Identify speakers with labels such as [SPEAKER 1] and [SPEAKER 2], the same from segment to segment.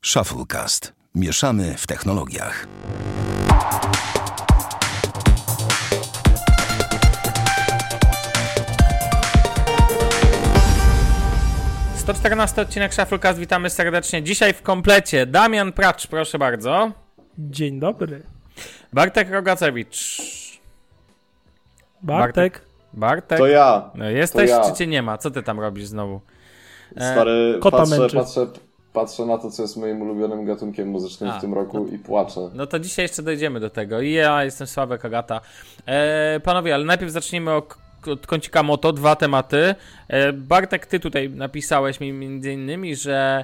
[SPEAKER 1] Shufflecast. Mieszamy w technologiach.
[SPEAKER 2] Odcinek Shufflecast, witamy serdecznie. Dzisiaj w komplecie Damian Pracz, proszę bardzo.
[SPEAKER 3] Dzień dobry.
[SPEAKER 2] Bartek Rogacewicz.
[SPEAKER 3] Bartek.
[SPEAKER 4] To ja.
[SPEAKER 2] No jesteś,
[SPEAKER 4] to ja.
[SPEAKER 2] Czy cię nie ma? Co ty tam robisz znowu?
[SPEAKER 4] Stary,
[SPEAKER 3] Kota
[SPEAKER 4] patrzę na to, co jest moim ulubionym gatunkiem muzycznym w tym roku i płaczę.
[SPEAKER 2] No to dzisiaj jeszcze dojdziemy do tego. I ja jestem Sławek Agata. Panowie, ale najpierw zacznijmy od kącika moto, dwa tematy. Bartek, ty tutaj napisałeś mi między innymi,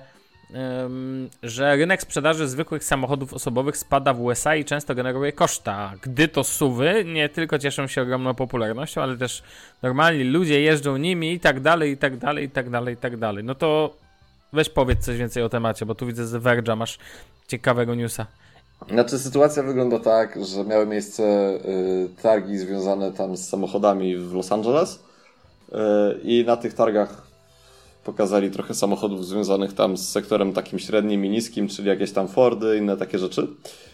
[SPEAKER 2] że rynek sprzedaży zwykłych samochodów osobowych spada w USA i często generuje koszta, gdy to SUV-y nie tylko cieszą się ogromną popularnością, ale też normalni ludzie jeżdżą nimi i tak dalej, i tak dalej, i tak dalej, i tak dalej. No to weź powiedz coś więcej o temacie, bo tu widzę z Verge'a masz ciekawego newsa.
[SPEAKER 4] Znaczy sytuacja wygląda tak, że miały miejsce targi związane tam z samochodami w Los Angeles i na tych targach pokazali trochę samochodów związanych tam z sektorem takim średnim i niskim, czyli jakieś tam Fordy, inne takie rzeczy.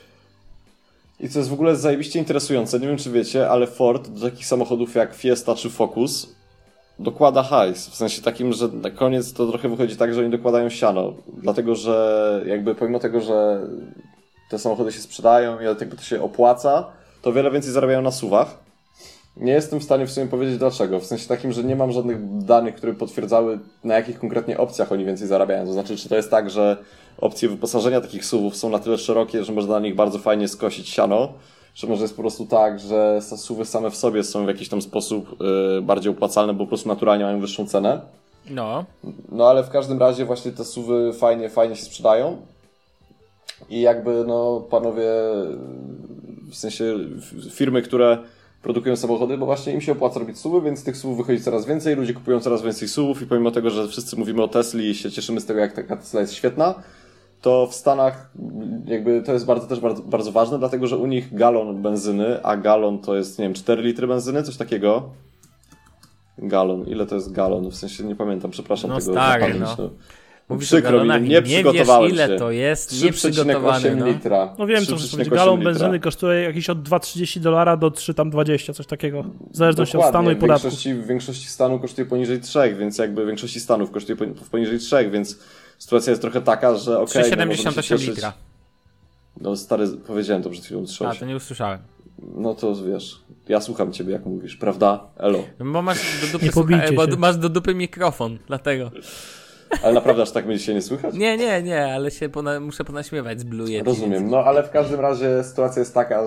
[SPEAKER 4] I co jest w ogóle zajebiście interesujące, nie wiem czy wiecie, ale Ford do takich samochodów jak Fiesta czy Focus dokłada hajs, w sensie takim, że na koniec to trochę wychodzi tak, że oni dokładają siano, dlatego że jakby pomimo tego, że te samochody się sprzedają i dlatego to się opłaca, to wiele więcej zarabiają na SUV-ach. Nie jestem w stanie w sumie powiedzieć dlaczego, w sensie takim, że nie mam żadnych danych, które potwierdzały na jakich konkretnie opcjach oni więcej zarabiają, to znaczy czy to jest tak, że opcje wyposażenia takich SUV-ów są na tyle szerokie, że można na nich bardzo fajnie skosić siano, że może jest po prostu tak, że SUV-y same w sobie są w jakiś tam sposób bardziej opłacalne, bo po prostu naturalnie mają wyższą cenę. No ale w każdym razie właśnie te SUV-y fajnie się sprzedają i jakby no panowie, w sensie firmy, które produkują samochody, bo właśnie im się opłaca robić SUV-y, więc tych SUV wychodzi coraz więcej, ludzie kupują coraz więcej SUV-ów i pomimo tego, że wszyscy mówimy o Tesli i się cieszymy z tego, jak taka Tesla jest świetna, to w Stanach jakby to jest bardzo ważne, dlatego że u nich galon benzyny, a galon to jest, nie wiem, 4 litry benzyny, coś takiego. Galon, ile to jest galon? W sensie nie pamiętam, przepraszam
[SPEAKER 2] no
[SPEAKER 4] tego.
[SPEAKER 2] Stary,
[SPEAKER 4] Mówisz przykro mi, nie przygotowałem się.
[SPEAKER 2] Nie wiesz ile to jest, nieprzygotowany.
[SPEAKER 4] 3,8 litra.
[SPEAKER 3] No wiem, co chcesz powiedzieć. Galon benzyny kosztuje jakieś od $2,30 do $3,20, coś takiego. W zależności od stanu i podatku.
[SPEAKER 4] W większości stanów kosztuje poniżej 3, więc jakby w większości stanów kosztuje poniżej 3, więc sytuacja jest trochę taka, że okej.
[SPEAKER 2] 3,78 litra.
[SPEAKER 4] No stary, powiedziałem to przed chwilą 3,8.
[SPEAKER 2] A, to nie usłyszałem.
[SPEAKER 4] No to wiesz, ja słucham ciebie jak mówisz, prawda? Elo.
[SPEAKER 2] Bo masz do dupy, masz do dupy mikrofon, dlatego.
[SPEAKER 4] Ale naprawdę aż tak będzie się nie słychać?
[SPEAKER 2] Nie, ale się muszę ponaśmiewać z Blue Yeti.
[SPEAKER 4] Rozumiem, no ale w każdym razie sytuacja jest taka,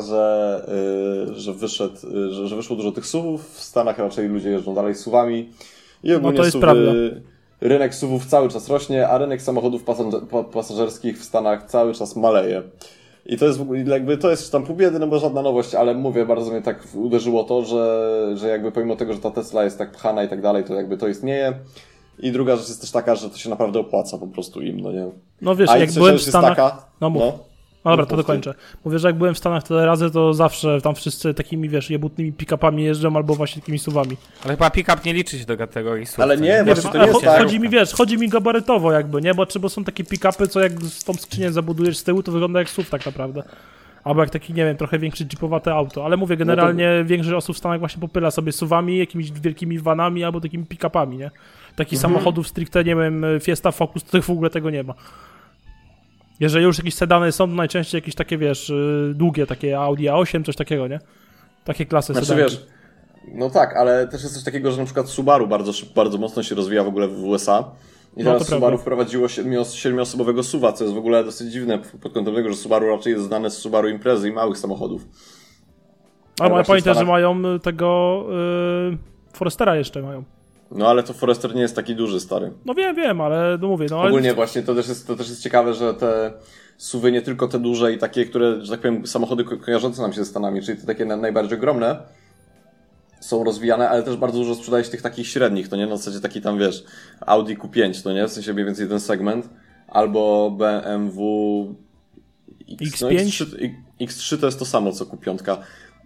[SPEAKER 4] że wyszło dużo tych SUV-ów, w Stanach raczej ludzie jeżdżą dalej SUV-ami i ogólnie
[SPEAKER 3] no to jest prawda.
[SPEAKER 4] Rynek SUV-ów cały czas rośnie, a rynek samochodów pasażerskich w Stanach cały czas maleje. I to jest w ogóle jakby, to jest tam pół biedy, no bo żadna nowość, ale mówię, bardzo mnie tak uderzyło to, że jakby pomimo tego, że ta Tesla jest tak pchana i tak dalej, to jakby to istnieje. I druga rzecz jest też taka, że to się naprawdę opłaca po prostu im, no nie?
[SPEAKER 3] No wiesz, jak byłem w Stanach... No dobra, to dokończę. Mówię, że jak byłem w Stanach tyle razy, to zawsze tam wszyscy takimi, wiesz, jebutnymi pick-upami jeżdżą albo właśnie takimi SUV-ami.
[SPEAKER 2] Ale chyba pick-up nie liczy się do kategorii SUV.
[SPEAKER 4] Ale nie, właśnie to nie jest tak.
[SPEAKER 3] Chodzi mi gabarytowo jakby, nie? Bo są takie pick-upy, co jak z tą skrzynię zabudujesz z tyłu, to wygląda jak SUV tak naprawdę. Albo jak taki, nie wiem, trochę większy jeepowate auto. Ale mówię, generalnie większość osób w Stanach właśnie popyla sobie SUV-ami, jakimiś wielkimi vanami albo takimi pick-upami, nie? Takich samochodów stricte, nie wiem, Fiesta, Focus, to w ogóle tego nie ma. Jeżeli już jakieś sedany są, to najczęściej jakieś takie, wiesz, długie, takie Audi A8, coś takiego, nie? Takie klasy sedanki.
[SPEAKER 4] Wiesz, no tak, ale też jest coś takiego, że na przykład Subaru bardzo mocno się rozwija w ogóle w USA. I teraz Subaru wprowadziło 7-osobowego SUV-a, co jest w ogóle dosyć dziwne pod kątem tego, że Subaru raczej jest znane z Subaru Imprezy i małych samochodów.
[SPEAKER 3] Ale pamiętaj, że mają tego Forestera jeszcze mają.
[SPEAKER 4] No ale to Forester nie jest taki duży, stary.
[SPEAKER 3] No wiem, ale no mówię. No,
[SPEAKER 4] ogólnie właśnie to też jest ciekawe, że te SUV-y nie tylko te duże i takie, które, że tak powiem, samochody kojarzące nam się ze Stanami, czyli te takie najbardziej ogromne, są rozwijane, ale też bardzo dużo sprzedaje się tych takich średnich, to nie? Na zasadzie taki tam, wiesz, Audi Q5, to nie? W sensie mniej więcej ten segment. Albo BMW
[SPEAKER 3] X5?
[SPEAKER 4] No, X3 to jest to samo, co Q5.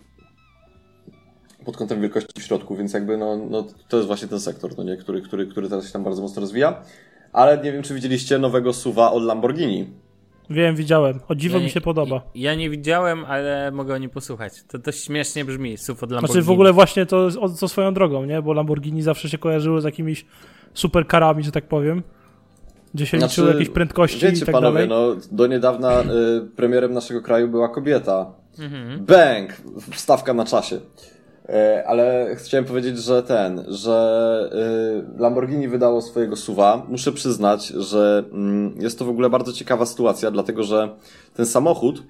[SPEAKER 4] Pod kątem wielkości w środku, więc jakby no to jest właśnie ten sektor, no nie? Który teraz się tam bardzo mocno rozwija. Ale nie wiem, czy widzieliście nowego SUV-a od Lamborghini.
[SPEAKER 3] Wiem, widziałem. O dziwo mi się podoba.
[SPEAKER 2] Ja nie widziałem, ale mogę o nim posłuchać. To śmiesznie brzmi, SUV od Lamborghini.
[SPEAKER 3] Znaczy w ogóle właśnie to swoją drogą, nie? Bo Lamborghini zawsze się kojarzyły z jakimiś superkarami, że tak powiem. Gdzie się liczyły jakieś prędkości
[SPEAKER 4] wiecie,
[SPEAKER 3] i tak
[SPEAKER 4] panowie,
[SPEAKER 3] dalej.
[SPEAKER 4] no do niedawna premierem naszego kraju była kobieta. Bang! Wstawka na czasie. Ale chciałem powiedzieć, że Lamborghini wydało swojego SUV-a. Muszę przyznać, że jest to w ogóle bardzo ciekawa sytuacja, dlatego że ten samochód,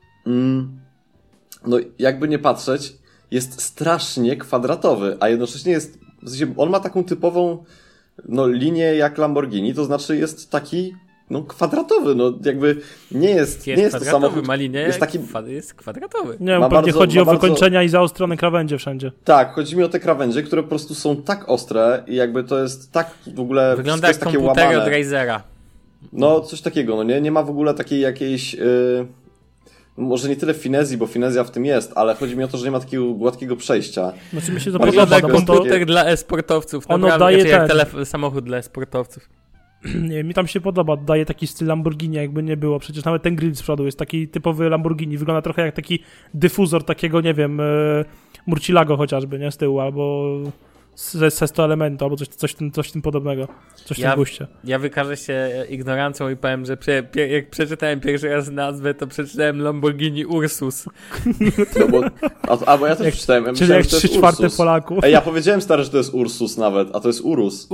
[SPEAKER 4] no jakby nie patrzeć, jest strasznie kwadratowy, a jednocześnie jest, w sensie on ma taką typową linię jak Lamborghini, to znaczy jest taki kwadratowy, jakby nie jest to samochód.
[SPEAKER 2] Ma linię, jest kwadratowy.
[SPEAKER 3] Nie, pewnie chodzi o wykończenia i zaostrzone krawędzie wszędzie.
[SPEAKER 4] Tak, chodzi mi o te krawędzie, które po prostu są tak ostre i jakby to jest tak w ogóle...
[SPEAKER 2] Wygląda jak komputer od Razera.
[SPEAKER 4] No, coś takiego, nie ma w ogóle takiej jakiejś... może nie tyle finezji, bo finezja w tym jest, ale chodzi mi o to, że nie ma takiego gładkiego przejścia.
[SPEAKER 3] Znaczy mi się to
[SPEAKER 2] wygląda
[SPEAKER 3] podoba,
[SPEAKER 2] jak komputer dla e-sportowców.
[SPEAKER 3] Ono daje
[SPEAKER 2] jak samochód dla e-sportowców.
[SPEAKER 3] Nie, mi tam się podoba, daje taki styl Lamborghini, jakby nie było. Przecież nawet ten grill z przodu jest taki typowy Lamborghini. Wygląda trochę jak taki dyfuzor takiego, nie wiem, Murcielago chociażby, nie? Z tyłu, albo ze 100 elementu, albo coś tym podobnego. Coś w tym guście. Ja
[SPEAKER 2] wykażę się ignorancją i powiem, że jak przeczytałem pierwszy raz nazwę, to przeczytałem Lamborghini Ursus.
[SPEAKER 4] No bo ja też przeczytałem.
[SPEAKER 3] Czyli jak 3/4 Polaków.
[SPEAKER 4] Ja powiedziałem, stary, że to jest Ursus nawet, a to jest Urus.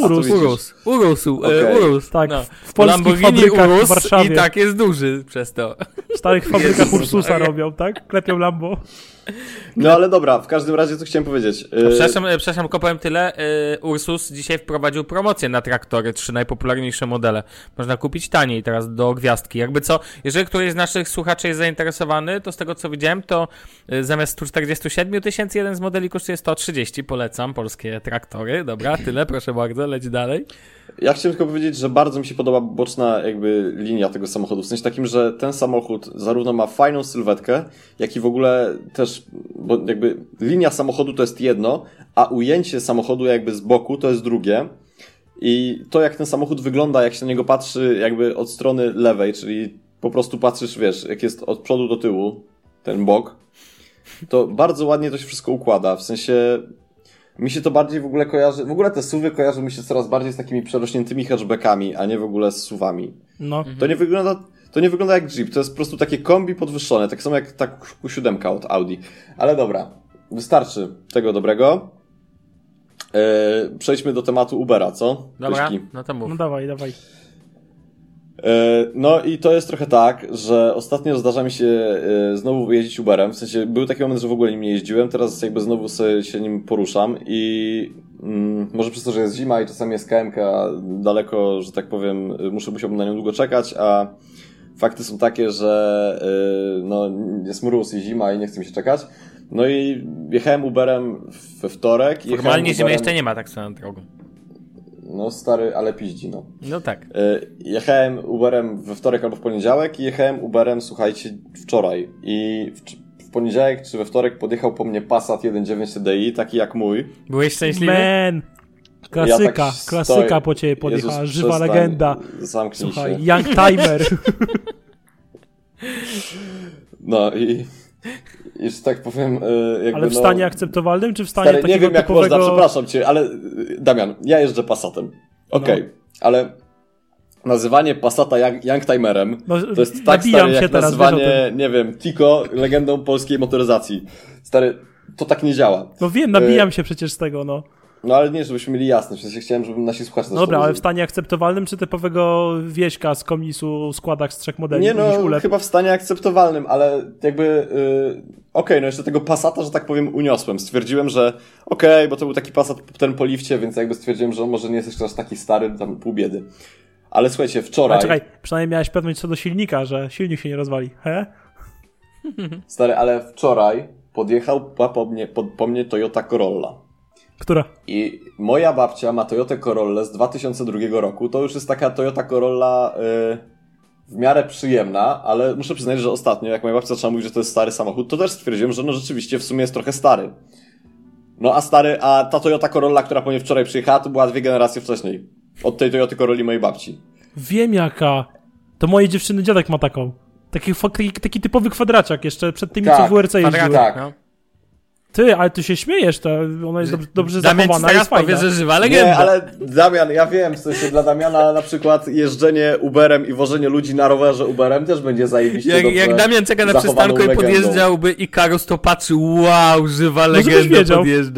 [SPEAKER 2] Urus.
[SPEAKER 3] Tak, w polskich fabrykach
[SPEAKER 2] Urus
[SPEAKER 3] w Warszawie.
[SPEAKER 2] I tak jest duży przez to.
[SPEAKER 3] W starych fabrykach Ursusa robią, tak? Klepią Lambo.
[SPEAKER 4] No ale dobra, w każdym razie co chciałem powiedzieć.
[SPEAKER 2] Przepraszam, tylko powiem tyle. Ursus dzisiaj wprowadził promocję na traktory, 3 najpopularniejsze modele. Można kupić taniej teraz do gwiazdki. Jakby co, jeżeli któryś z naszych słuchaczy jest zainteresowany, to z tego co widziałem, to zamiast 147 000 jeden z modeli kosztuje 130. Polecam polskie traktory. Dobra, tyle, proszę bardzo, leć dalej.
[SPEAKER 4] Ja chciałem tylko powiedzieć, że bardzo mi się podoba boczna jakby linia tego samochodu. W sensie takim, że ten samochód zarówno ma fajną sylwetkę, jak i w ogóle też, bo jakby linia samochodu to jest jedno, a ujęcie samochodu jakby z boku to jest drugie. I to jak ten samochód wygląda, jak się na niego patrzy jakby od strony lewej, czyli po prostu patrzysz, wiesz, jak jest od przodu do tyłu ten bok, to bardzo ładnie to się wszystko układa. W sensie mi się to bardziej w ogóle kojarzy, w ogóle te SUVy kojarzą mi się coraz bardziej z takimi przerośniętymi hatchbackami, a nie w ogóle z SUVami.
[SPEAKER 3] No.
[SPEAKER 4] To nie wygląda jak Jeep, to jest po prostu takie kombi podwyższone, tak samo jak ta Q7 od Audi. Ale dobra, wystarczy tego dobrego. Przejdźmy do tematu Ubera, co?
[SPEAKER 2] Dobra, no to mów.
[SPEAKER 3] No dawaj.
[SPEAKER 4] No i to jest trochę tak, że ostatnio zdarza mi się znowu jeździć Uberem, w sensie był taki moment, że w ogóle nim nie jeździłem, teraz jakby znowu sobie się nim poruszam i może przez to, że jest zima i czasami jest KM-ka daleko, że tak powiem, musiałbym na nią długo czekać, a fakty są takie, że jest mróz i zima i nie chce mi się czekać. No i jechałem Uberem we wtorek.
[SPEAKER 2] Formalnie zimy jeszcze nie ma tak swoją drogą.
[SPEAKER 4] No stary, ale piździ, no.
[SPEAKER 2] No tak.
[SPEAKER 4] Jechałem Uberem we wtorek albo w poniedziałek i jechałem Uberem, słuchajcie, wczoraj. I w poniedziałek czy we wtorek podjechał po mnie Passat 1.9 TDI, taki jak mój.
[SPEAKER 2] Byłeś szczęśliwy?
[SPEAKER 3] Man! Klasyka po ciebie podjechała, Jezus, żywa legenda.
[SPEAKER 4] Zamknij
[SPEAKER 3] Słuchaj,
[SPEAKER 4] się.
[SPEAKER 3] Young Timer.
[SPEAKER 4] No i że tak powiem, jakby
[SPEAKER 3] ale w stanie akceptowalnym, czy w stanie
[SPEAKER 4] stary,
[SPEAKER 3] takiego
[SPEAKER 4] nie wiem jak
[SPEAKER 3] typowego...
[SPEAKER 4] można, przepraszam cię, ale Damian, ja jeżdżę Passatem. Okej, ale nazywanie Passata Youngtimerem to jest tak stare jak nazywanie, nie wiem, Tico legendą polskiej motoryzacji. Stary, to tak nie działa.
[SPEAKER 3] No wiem, nabijam się przecież z tego, no.
[SPEAKER 4] No ale nie, żebyśmy mieli jasność, w sensie chciałem, żeby nasi słuchacze...
[SPEAKER 3] No dobra, ale w stanie akceptowalnym, czy typowego wieśka z komisu składach z 3 modeli?
[SPEAKER 4] Nie no, chyba w stanie akceptowalnym, ale jakby... no jeszcze tego Passata, że tak powiem, uniosłem. Stwierdziłem, że bo to był taki Passat ten po lifcie, więc jakby stwierdziłem, że on może nie jest jeszcze aż taki stary, tam pół biedy. Ale słuchajcie, wczoraj...
[SPEAKER 3] Ale czekaj, przynajmniej miałeś pewność co do silnika, że silnik się nie rozwali, he?
[SPEAKER 4] Stary, ale wczoraj podjechał po mnie Toyota Corolla.
[SPEAKER 3] Która?
[SPEAKER 4] I moja babcia ma Toyotę Corollę z 2002 roku. To już jest taka Toyota Corolla w miarę przyjemna, ale muszę przyznać, że ostatnio, jak moja babcia zaczęła mówić, że to jest stary samochód, to też stwierdziłem, że no rzeczywiście w sumie jest trochę stary. No a ta Toyota Corolla, która po mnie wczoraj przyjechała, to była 2 generacje wcześniej. Od tej Toyoty Corolli mojej babci.
[SPEAKER 3] Wiem jaka. To mojej dziewczyny dziadek ma taką. Taki typowy kwadraciak jeszcze przed tymi,
[SPEAKER 4] Tak,
[SPEAKER 3] co w WRC jeździły.
[SPEAKER 4] tak.
[SPEAKER 2] No.
[SPEAKER 3] Ty, ale ty się śmiejesz, to ona jest dobrze
[SPEAKER 2] Damian ci
[SPEAKER 3] zachowana,
[SPEAKER 2] teraz
[SPEAKER 3] jest fajna.
[SPEAKER 2] powie, że żywa legenda.
[SPEAKER 4] Nie, ale Damian, ja wiem, w sensie dla Damiana na przykład jeżdżenie Uberem i wożenie ludzi na rowerze Uberem też będzie zajebiście dobrze
[SPEAKER 2] Jak Damian czeka na
[SPEAKER 4] zachowaną
[SPEAKER 2] przystanku i
[SPEAKER 4] legendą.
[SPEAKER 2] podjeżdżałby Ikarus, to patrzy, wow, żywa
[SPEAKER 3] żebyś
[SPEAKER 2] legenda
[SPEAKER 3] wiedział.
[SPEAKER 2] podjeżdża.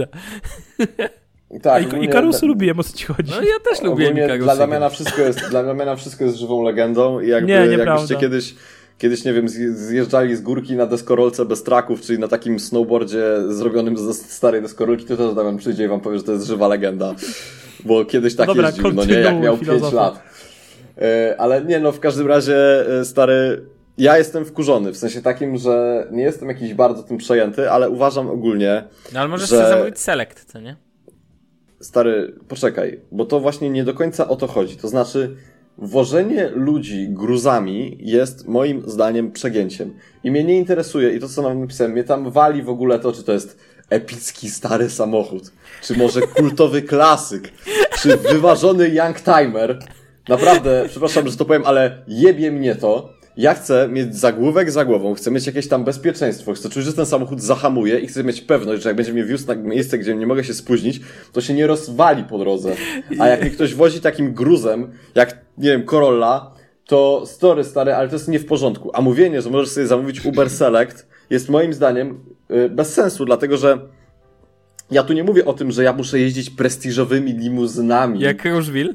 [SPEAKER 4] Tak,
[SPEAKER 3] I
[SPEAKER 4] ogólnie
[SPEAKER 3] Karusy lubiłem, o co ci chodzi.
[SPEAKER 2] No ja też lubię
[SPEAKER 4] ogólnie
[SPEAKER 2] Ikarus.
[SPEAKER 4] dla Damiana wszystko jest żywą legendą i jakby,
[SPEAKER 3] Nie,
[SPEAKER 4] jakbyście
[SPEAKER 3] nieprawda.
[SPEAKER 4] kiedyś, nie wiem, zjeżdżali z górki na deskorolce bez traków, czyli na takim snowboardzie zrobionym ze starej deskorolki, to też Damian przyjdzie i wam powie, że to jest żywa legenda. Bo kiedyś tak
[SPEAKER 3] Dobra,
[SPEAKER 4] jeździł, no nie,
[SPEAKER 3] kontynuuj
[SPEAKER 4] jak miał 5
[SPEAKER 3] filozofię.
[SPEAKER 4] lat. Ale nie, no w każdym razie, stary, ja jestem wkurzony, w sensie takim, że nie jestem jakiś bardzo tym przejęty, ale uważam ogólnie,
[SPEAKER 2] No ale możesz
[SPEAKER 4] że-
[SPEAKER 2] sobie zamówić select, co nie?
[SPEAKER 4] stary, poczekaj, bo to właśnie nie do końca o to chodzi. To znaczy, wożenie ludzi gruzami jest moim zdaniem przegięciem. I mnie nie interesuje, i to co nam napisałem, mnie tam wali w ogóle to, czy to jest epicki stary samochód, czy może kultowy klasyk, czy wyważony youngtimer. Naprawdę, przepraszam, że to powiem, ale jebie mnie to. Ja chcę mieć zagłówek za głową, chcę mieć jakieś tam bezpieczeństwo, chcę czuć, że ten samochód zahamuje i chcę mieć pewność, że jak będzie mnie wiózł na miejsce, gdzie nie mogę się spóźnić, to się nie rozwali po drodze. A jak mnie ktoś wozi takim gruzem, jak, nie wiem, Corolla, to stary, ale to jest nie w porządku. A mówienie, że możesz sobie zamówić Uber Select jest moim zdaniem bez sensu, dlatego że ja tu nie mówię o tym, że ja muszę jeździć prestiżowymi limuzynami.
[SPEAKER 2] Jak Różwil?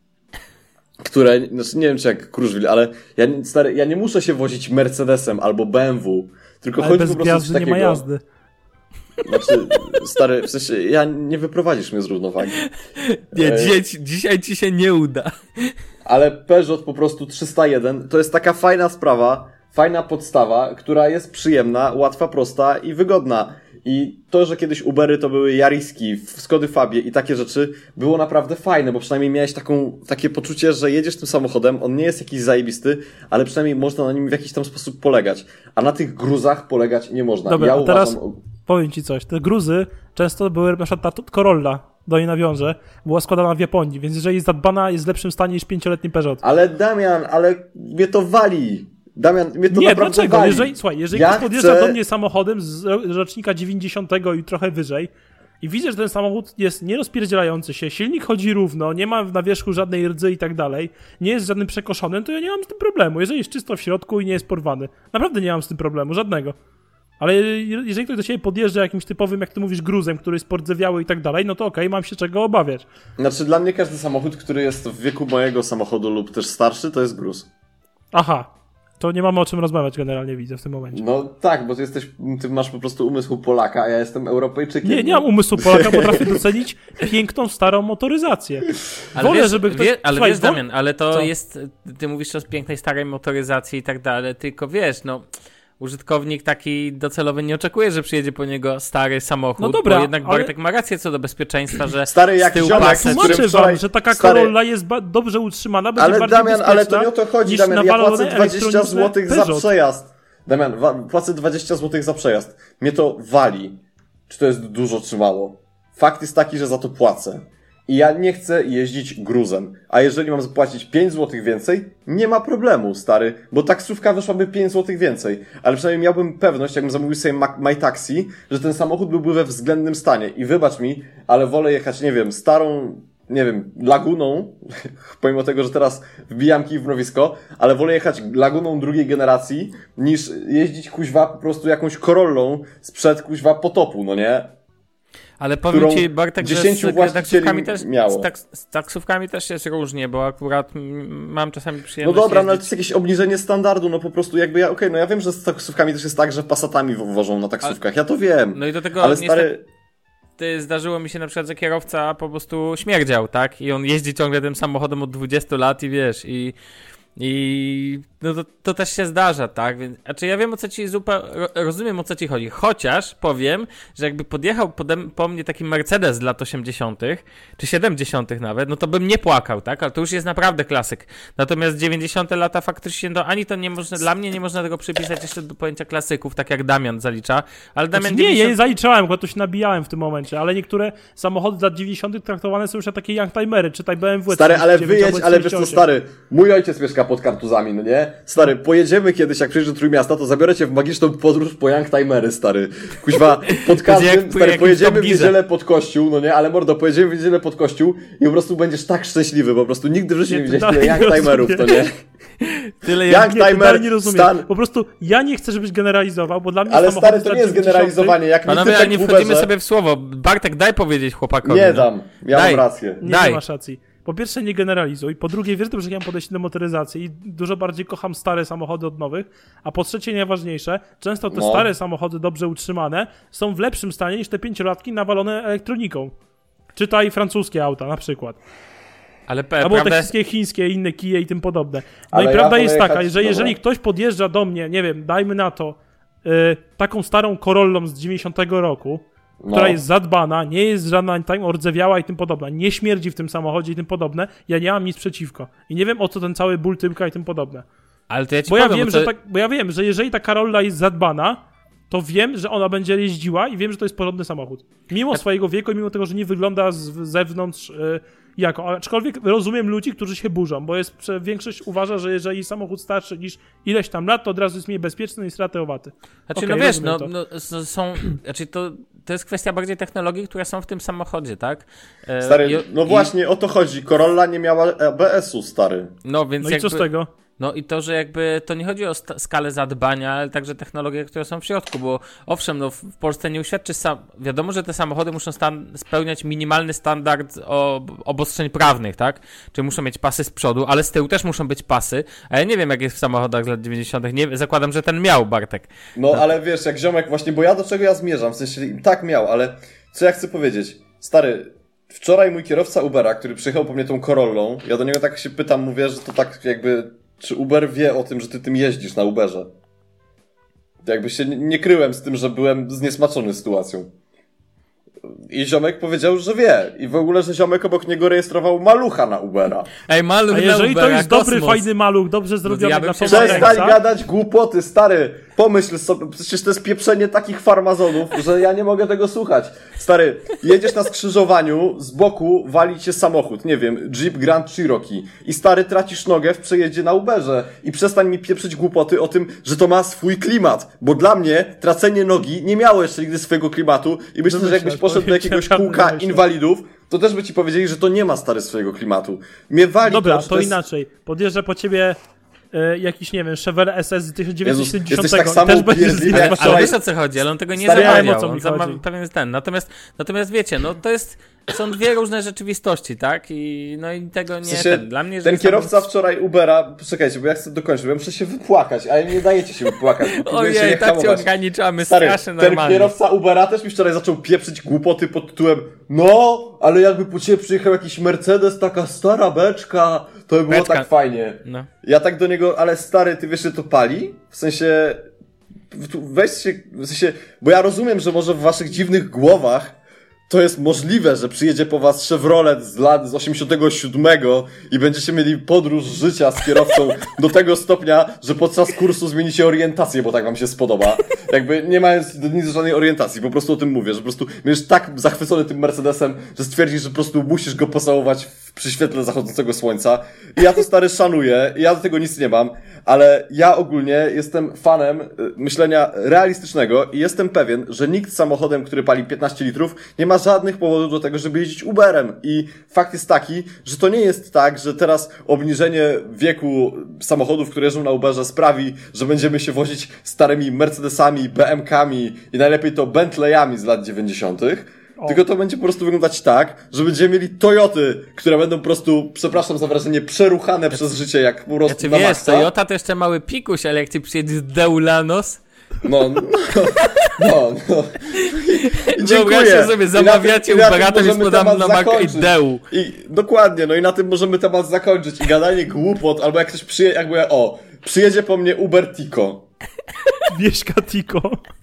[SPEAKER 4] Które, znaczy nie wiem czy jak Kruszwil, ale ja nie muszę się wozić Mercedesem albo BMW, tylko
[SPEAKER 3] Ale
[SPEAKER 4] chodzi
[SPEAKER 3] bez
[SPEAKER 4] po prostu
[SPEAKER 3] gwiazdy
[SPEAKER 4] coś
[SPEAKER 3] nie ma
[SPEAKER 4] takiego.
[SPEAKER 3] jazdy.
[SPEAKER 4] Znaczy, stary, w sensie, nie wyprowadzisz mnie z równowagi.
[SPEAKER 2] Nie, dzisiaj ci się nie uda.
[SPEAKER 4] Ale Peugeot po prostu 301 to jest taka fajna sprawa, fajna podstawa, która jest przyjemna, łatwa, prosta i wygodna. I to, że kiedyś Ubery to były Yariski, Skody Fabie i takie rzeczy, było naprawdę fajne, bo przynajmniej miałeś takie poczucie, że jedziesz tym samochodem, on nie jest jakiś zajebisty, ale przynajmniej można na nim w jakiś tam sposób polegać. A na tych gruzach polegać nie można.
[SPEAKER 3] Dobra,
[SPEAKER 4] ja
[SPEAKER 3] a teraz
[SPEAKER 4] uważam...
[SPEAKER 3] powiem ci coś. Te gruzy często były, na przykład ta Corolla, do niej nawiążę, była składana w Japonii, więc jeżeli jest zadbana, jest w lepszym stanie niż 5-letni Peugeot.
[SPEAKER 4] Ale Damian, mnie to wali. Damian, mnie to
[SPEAKER 3] Nie,
[SPEAKER 4] naprawdę
[SPEAKER 3] dlaczego?
[SPEAKER 4] wali.
[SPEAKER 3] Jeżeli ktoś podjeżdża do mnie samochodem z rocznika 90 i trochę wyżej i widzę, że ten samochód jest nierozpierdzielający się, silnik chodzi równo, nie ma na wierzchu żadnej rdzy i tak dalej, nie jest żadnym przekoszonym, to ja nie mam z tym problemu. Jeżeli jest czysto w środku i nie jest porwany. Naprawdę nie mam z tym problemu, żadnego. Ale jeżeli ktoś do ciebie podjeżdża jakimś typowym, jak ty mówisz, gruzem, który jest pordzewiały i tak dalej, no to okej, mam się czego obawiać.
[SPEAKER 4] Znaczy, dla mnie każdy samochód, który jest w wieku mojego samochodu lub też starszy, to jest gruz.
[SPEAKER 3] Aha, to nie mamy o czym rozmawiać generalnie, widzę w tym momencie.
[SPEAKER 4] No tak, bo ty masz po prostu umysł Polaka, a ja jestem Europejczykiem.
[SPEAKER 3] Nie mam umysłu Polaka, potrafię docenić piękną, starą motoryzację. Wolę, żeby ktoś...
[SPEAKER 2] Ale
[SPEAKER 3] Słuchaj,
[SPEAKER 2] wiesz, Damian, ale to
[SPEAKER 3] Co?
[SPEAKER 2] jest, ty mówisz o pięknej, starej motoryzacji i tak dalej, tylko wiesz, no, użytkownik taki docelowy nie oczekuje, że przyjedzie po niego stary samochód,
[SPEAKER 3] No dobra,
[SPEAKER 2] bo jednak
[SPEAKER 3] ale-
[SPEAKER 2] Bartek ma rację co do bezpieczeństwa, że
[SPEAKER 4] Stary, jak
[SPEAKER 2] z tyłu
[SPEAKER 4] ziomek,
[SPEAKER 2] pasy,
[SPEAKER 4] z
[SPEAKER 3] Tłumaczę
[SPEAKER 4] którym
[SPEAKER 3] wam,
[SPEAKER 4] wczoraj-
[SPEAKER 3] że taka
[SPEAKER 4] Stary-
[SPEAKER 3] Corolla jest dobrze utrzymana, będzie
[SPEAKER 4] Ale
[SPEAKER 3] bardziej
[SPEAKER 4] Damian,
[SPEAKER 3] bezpieczna
[SPEAKER 4] ale to nie o to chodzi,
[SPEAKER 3] niż
[SPEAKER 4] Damian, ja
[SPEAKER 3] nawalone
[SPEAKER 4] płacę 20
[SPEAKER 3] elektroniczne
[SPEAKER 4] zł za
[SPEAKER 3] Peugeot.
[SPEAKER 4] przejazd. Damian, płacę 20 zł za przejazd. Mnie to wali. Czy to jest dużo, czy mało? Fakt jest taki, że za to płacę. I ja nie chcę jeździć gruzem. A jeżeli mam zapłacić 5 zł więcej, nie ma problemu, stary, bo taksówka wyszłaby 5 zł więcej. Ale przynajmniej miałbym pewność, jakbym zamówił sobie MyTaxi, że ten samochód byłby we względnym stanie. I wybacz mi, ale wolę jechać, nie wiem, starą, nie wiem, Laguną, pomimo tego, że teraz wbijam kij w mrowisko, ale wolę jechać Laguną drugiej generacji, niż jeździć kuźwa po prostu jakąś Corollą sprzed kuźwa potopu, no nie?
[SPEAKER 2] ale powiem
[SPEAKER 4] którą
[SPEAKER 2] ci, Bartek, że
[SPEAKER 4] 10
[SPEAKER 2] z
[SPEAKER 4] właścicieli
[SPEAKER 2] taksówkami też,
[SPEAKER 4] miało.
[SPEAKER 2] z taksówkami też jest różnie, bo akurat mam czasami przyjemność
[SPEAKER 4] No dobra, no ale to
[SPEAKER 2] jeździć.
[SPEAKER 4] jest jakieś obniżenie standardu, no po prostu jakby no ja wiem, że z taksówkami też jest tak, że Passatami wożą na taksówkach, ja to wiem.
[SPEAKER 2] No i do tego
[SPEAKER 4] ale
[SPEAKER 2] niestety
[SPEAKER 4] stary,
[SPEAKER 2] zdarzyło mi się na przykład, że kierowca po prostu śmierdział, tak? I on jeździ ciągle tym samochodem od 20 lat i wiesz, i no to też się zdarza, tak? Więc, znaczy ja wiem rozumiem o co ci chodzi, chociaż powiem, że jakby podjechał po mnie taki Mercedes z lat 80. czy 70. nawet, no to bym nie płakał, tak? Ale to już jest naprawdę klasyk. Natomiast 90. lata faktycznie to nie można, dla mnie nie można tego przypisać jeszcze do pojęcia klasyków, tak jak Damian zalicza, ale Damian
[SPEAKER 3] Znaczy, nie, ja nie zaliczałem, bo to się nabijałem w tym momencie, ale niektóre samochody z lat 90. traktowane są już jak takie youngtimery, czytaj BMW.
[SPEAKER 4] stary, ale
[SPEAKER 3] 39
[SPEAKER 4] wyjedź,
[SPEAKER 3] albo
[SPEAKER 4] ale wiesz co,
[SPEAKER 3] 48.
[SPEAKER 4] stary, mój ojciec mieszka mieszka pod kartuzami, no nie? Stary, pojedziemy kiedyś, jak przyjeżdżę do Trójmiasta, to zabiorę cię w magiczną podróż po Youngtimery, stary. Kuźwa, pod każdym, stary, pojedziemy w niedzielę pod kościół, no nie? Ale mordo, pojedziemy w niedzielę pod kościół i po prostu będziesz tak szczęśliwy, po prostu nigdy w życiu nie widziałeś tyle Youngtimerów, to nie?
[SPEAKER 3] Tyle Youngtimer, nie rozumiem. Stan... Po prostu ja nie chcę, żebyś generalizował, bo dla mnie
[SPEAKER 4] ale stary, to nie jest generalizowanie. Jak
[SPEAKER 2] panowie, ale nie wchodzimy sobie w słowo. Bartek, daj powiedzieć chłopakowi.
[SPEAKER 4] Nie dam, mam rację.
[SPEAKER 3] Nie masz racji. Po pierwsze nie generalizuj, po drugie wiesz dobrze, że ja mam podejście do motoryzacji i dużo bardziej kocham stare samochody od nowych, a po trzecie najważniejsze, często te stare samochody dobrze utrzymane są w lepszym stanie niż te 5-latki nawalone elektroniką. Czytaj francuskie auta na przykład. Albo te wszystkie chińskie, inne kije i tym podobne. No ale i prawda jest taka, że jeżeli ktoś podjeżdża do mnie, nie wiem, dajmy na to, taką starą Corollą z 90 roku, która jest zadbana, nie jest żadna time ordzewiała i tym podobna, nie śmierdzi w tym samochodzie i tym podobne, ja nie mam nic przeciwko. I nie wiem, o co ten cały ból tyłka i tym podobne.
[SPEAKER 2] Ale to ja ci
[SPEAKER 3] bo
[SPEAKER 2] powiem,
[SPEAKER 3] ja wiem, że jeżeli ta Corolla jest zadbana, to wiem, że ona będzie jeździła i wiem, że to jest porządny samochód. Mimo swojego wieku i mimo tego, że nie wygląda z zewnątrz jako. Aczkolwiek rozumiem ludzi, którzy się burzą, bo większość uważa, że jeżeli samochód starszy niż ileś tam lat, to od razu jest mniej bezpieczny i strateowaty.
[SPEAKER 2] Znaczy, no wiesz, znaczy to jest kwestia bardziej technologii, które są w tym samochodzie, tak?
[SPEAKER 4] Stary, właśnie o to chodzi. Corolla nie miała ABS-u, stary.
[SPEAKER 2] No więc
[SPEAKER 3] i co z tego?
[SPEAKER 2] No i to, że jakby to nie chodzi o skalę zadbania, ale także technologie, które są w środku, bo owszem, no w Polsce nie uświadczy wiadomo, że te samochody muszą spełniać minimalny standard obostrzeń prawnych, tak? Czyli muszą mieć pasy z przodu, ale z tyłu też muszą być pasy, a ja nie wiem, jak jest w samochodach z lat 90. Zakładam, że ten miał, Bartek.
[SPEAKER 4] No ale wiesz, jak ziomek właśnie, bo do czego ja zmierzam, w sensie tak miał, ale co ja chcę powiedzieć? Stary, wczoraj mój kierowca Ubera, który przyjechał po mnie tą Corollą, ja do niego tak się pytam, mówię, że to tak jakby... Czy Uber wie o tym, że ty tym jeździsz na Uberze? Jakby się nie kryłem z tym, że byłem zniesmaczony sytuacją. I ziomek powiedział, że wie. I w ogóle, że ziomek obok niego rejestrował malucha na Ubera.
[SPEAKER 2] Ej, maluch
[SPEAKER 3] na jeżeli
[SPEAKER 2] Ubera,
[SPEAKER 3] to jest dobry, fajny maluch, dobrze zrobiony dla
[SPEAKER 4] Przestań gadać głupoty, stary. Pomyśl sobie, przecież to jest pieprzenie takich farmazonów, że ja nie mogę tego słuchać. Stary, jedziesz na skrzyżowaniu, z boku wali cię samochód, nie wiem, Jeep Grand Cherokee i stary tracisz nogę w przejeździe na Uberze i przestań mi pieprzyć głupoty o tym, że to ma swój klimat, bo dla mnie tracenie nogi nie miało jeszcze nigdy swojego klimatu i myślę, że jakbyś poszedł do jakiegoś kółka inwalidów, to też by ci powiedzieli, że to nie ma stary swojego klimatu. Mnie wali
[SPEAKER 3] dobra, to inaczej. Podjeżdża po ciebie jakiś, nie wiem, Chevrolet SS z 1970.
[SPEAKER 4] Jesteś tak samo
[SPEAKER 2] ale wiesz o co chodzi, ale on tego nie zamawiał. Pewien jest ten. Natomiast wiecie, no to są dwie różne rzeczywistości, tak? I tego nie... W sensie, dla mnie,
[SPEAKER 4] ten kierowca wczoraj Ubera... Poczekajcie, bo ja chcę dokończyć, bo ja muszę się wypłakać, ale nie dajecie się wypłakać.
[SPEAKER 2] Ojej, tak cię ograniczamy, strasznie normalnie.
[SPEAKER 4] Ten kierowca Ubera też mi wczoraj zaczął pieprzyć głupoty pod tytułem ale jakby po ciebie przyjechał jakiś Mercedes, taka stara beczka, to by było tak fajnie. No. Ja tak do niego, ale stary, ty wiesz, że to pali? W sensie... Weź się... W sensie... Bo ja rozumiem, że może w waszych dziwnych głowach to jest możliwe, że przyjedzie po was Chevrolet z 87 i będziecie mieli podróż życia z kierowcą do tego stopnia, że podczas kursu zmienicie orientację, bo tak wam się spodoba. Jakby nie mając nic żadnej orientacji, po prostu o tym mówię, że po prostu będziesz tak zachwycony tym Mercedesem, że stwierdzisz, że po prostu musisz go pocałować przy świetle zachodzącego słońca. I ja to stary szanuję, ja do tego nic nie mam, ale ja ogólnie jestem fanem myślenia realistycznego i jestem pewien, że nikt samochodem, który pali 15 litrów, nie ma żadnych powodów do tego, żeby jeździć Uberem. I fakt jest taki, że to nie jest tak, że teraz obniżenie wieku samochodów, które jeżdżą na Uberze sprawi, że będziemy się wozić starymi Mercedesami, BM-kami i najlepiej to Bentleyami z lat 90. Tylko to będzie po prostu wyglądać tak, że będziemy mieli Toyoty, które będą po prostu, przepraszam za wrażenie, przeruchane przez życie, jak po prostu na maksa.
[SPEAKER 2] Toyota to jeszcze mały pikuś, ale jak ci przyjedzie z Deulanos...
[SPEAKER 4] I dziękuję.
[SPEAKER 2] Sobie zamawiacie Uberatem i podam na Mac i Deu.
[SPEAKER 4] Dokładnie, no i na tym możemy temat zakończyć. I gadanie głupot, albo jak ktoś przyjedzie po mnie Uber Tico.
[SPEAKER 3] Wieśka Tico.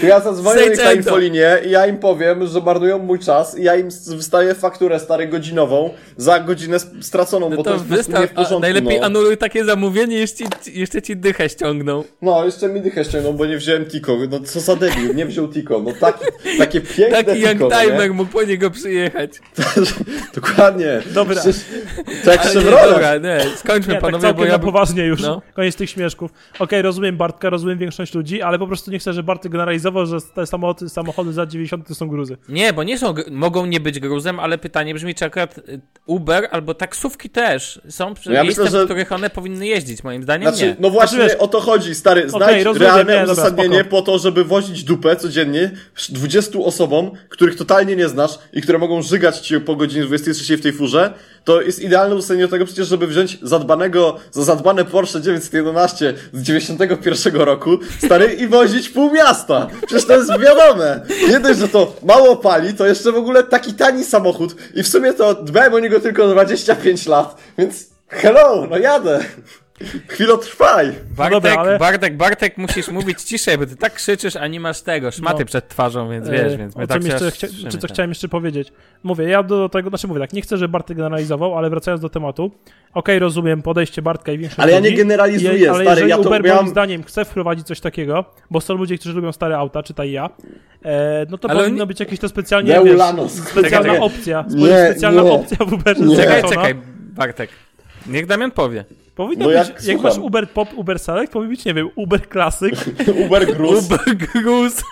[SPEAKER 4] to ja zadzwonię na
[SPEAKER 2] Seicento.
[SPEAKER 4] infolinię i ja im powiem, że marnują mój czas i ja im wystawię fakturę stary godzinową za godzinę straconą, bo to jest po prostu nie w porządku.
[SPEAKER 2] Najlepiej anuluj takie zamówienie, jeszcze ci dychę ściągną.
[SPEAKER 4] No, jeszcze mi dychę ściągną, bo nie wziąłem Tiko. No co za debil, nie wziął Tiko. No takie piękne
[SPEAKER 2] Taki
[SPEAKER 4] Tiko,
[SPEAKER 2] Youngtimer mógł po niego przyjechać.
[SPEAKER 4] Dokładnie.
[SPEAKER 3] Dobra.
[SPEAKER 4] Przecież, to jak
[SPEAKER 2] Ale nie,
[SPEAKER 4] Chevrolet.
[SPEAKER 2] dobra, nie, skończmy
[SPEAKER 3] Nie, tak
[SPEAKER 2] panowie,
[SPEAKER 3] całkiem
[SPEAKER 2] bo ja...
[SPEAKER 3] na poważnie już.
[SPEAKER 2] No.
[SPEAKER 3] Koniec tych śmieszków. Okej, rozumiem Bartka, rozumiem większość ludzi, ale po prostu nie chcę, żeby Bartek generalizował, że te samochody za 90 to są gruzy.
[SPEAKER 2] Nie, bo nie są, mogą nie być gruzem, ale pytanie brzmi, czy akurat Uber albo taksówki też są przy
[SPEAKER 4] Ja
[SPEAKER 2] miejscach,
[SPEAKER 4] myślę, że-
[SPEAKER 2] w których one powinny jeździć, moim zdaniem
[SPEAKER 4] Znaczy,
[SPEAKER 2] nie.
[SPEAKER 4] no właśnie
[SPEAKER 3] Znaczy, wiesz-
[SPEAKER 4] o to chodzi, stary. Znajdź
[SPEAKER 3] rozumiem,
[SPEAKER 4] realne
[SPEAKER 3] nie, dobra,
[SPEAKER 4] uzasadnienie
[SPEAKER 3] spoko.
[SPEAKER 4] po to, żeby wozić dupę codziennie 20 osobom, których totalnie nie znasz i które mogą żygać ci po godzinie 23 w tej furze. To jest idealne uzasadnienie do tego przecież, żeby wziąć zadbane Porsche 911 z 91 roku, stary, i wozić pół miasta. Przecież to jest wiadome. Nie dość, że to mało pali, to jeszcze w ogóle taki tani samochód i w sumie to dbałem o niego tylko 25 lat, więc hello, no jadę. Chwilotrwaj.
[SPEAKER 2] Bartek, musisz mówić ciszej, bo ty tak krzyczysz, a nie masz tego, szmaty przed twarzą, więc wiesz, więc my
[SPEAKER 3] o
[SPEAKER 2] tak
[SPEAKER 3] czym
[SPEAKER 2] się
[SPEAKER 3] jeszcze
[SPEAKER 2] wstrzymy,
[SPEAKER 3] czy co
[SPEAKER 2] tak.
[SPEAKER 3] chciałem jeszcze powiedzieć? Mówię, ja do tego, mówię tak, nie chcę, żeby Bartek generalizował, ale wracając do tematu, okej, rozumiem podejście Bartka i większość
[SPEAKER 4] Ale ja nie
[SPEAKER 3] ludzi,
[SPEAKER 4] generalizuję,
[SPEAKER 3] ale
[SPEAKER 4] stary,
[SPEAKER 3] jeżeli
[SPEAKER 4] ja to
[SPEAKER 3] Uber
[SPEAKER 4] miałem...
[SPEAKER 3] moim zdaniem chce wprowadzić coś takiego, bo są ludzie, którzy lubią stare auta, czytaj ja, no to
[SPEAKER 2] Ale
[SPEAKER 3] powinno być jakieś to specjalnie,
[SPEAKER 4] Deulanos.
[SPEAKER 3] specjalna
[SPEAKER 2] Czekaj,
[SPEAKER 3] opcja,
[SPEAKER 4] Nie,
[SPEAKER 3] specjalna
[SPEAKER 4] nie.
[SPEAKER 3] opcja w Uberze.
[SPEAKER 4] Nie.
[SPEAKER 2] Czekaj, Bartek. Niech Damian powie.
[SPEAKER 3] Powinno
[SPEAKER 4] No
[SPEAKER 3] być,
[SPEAKER 4] jak
[SPEAKER 3] jak masz
[SPEAKER 4] słucham.
[SPEAKER 3] Uber Pop, Uber Select, powinien być, nie wiem, Uber Classic,
[SPEAKER 4] Uber Gruz.
[SPEAKER 2] Uber Gruz.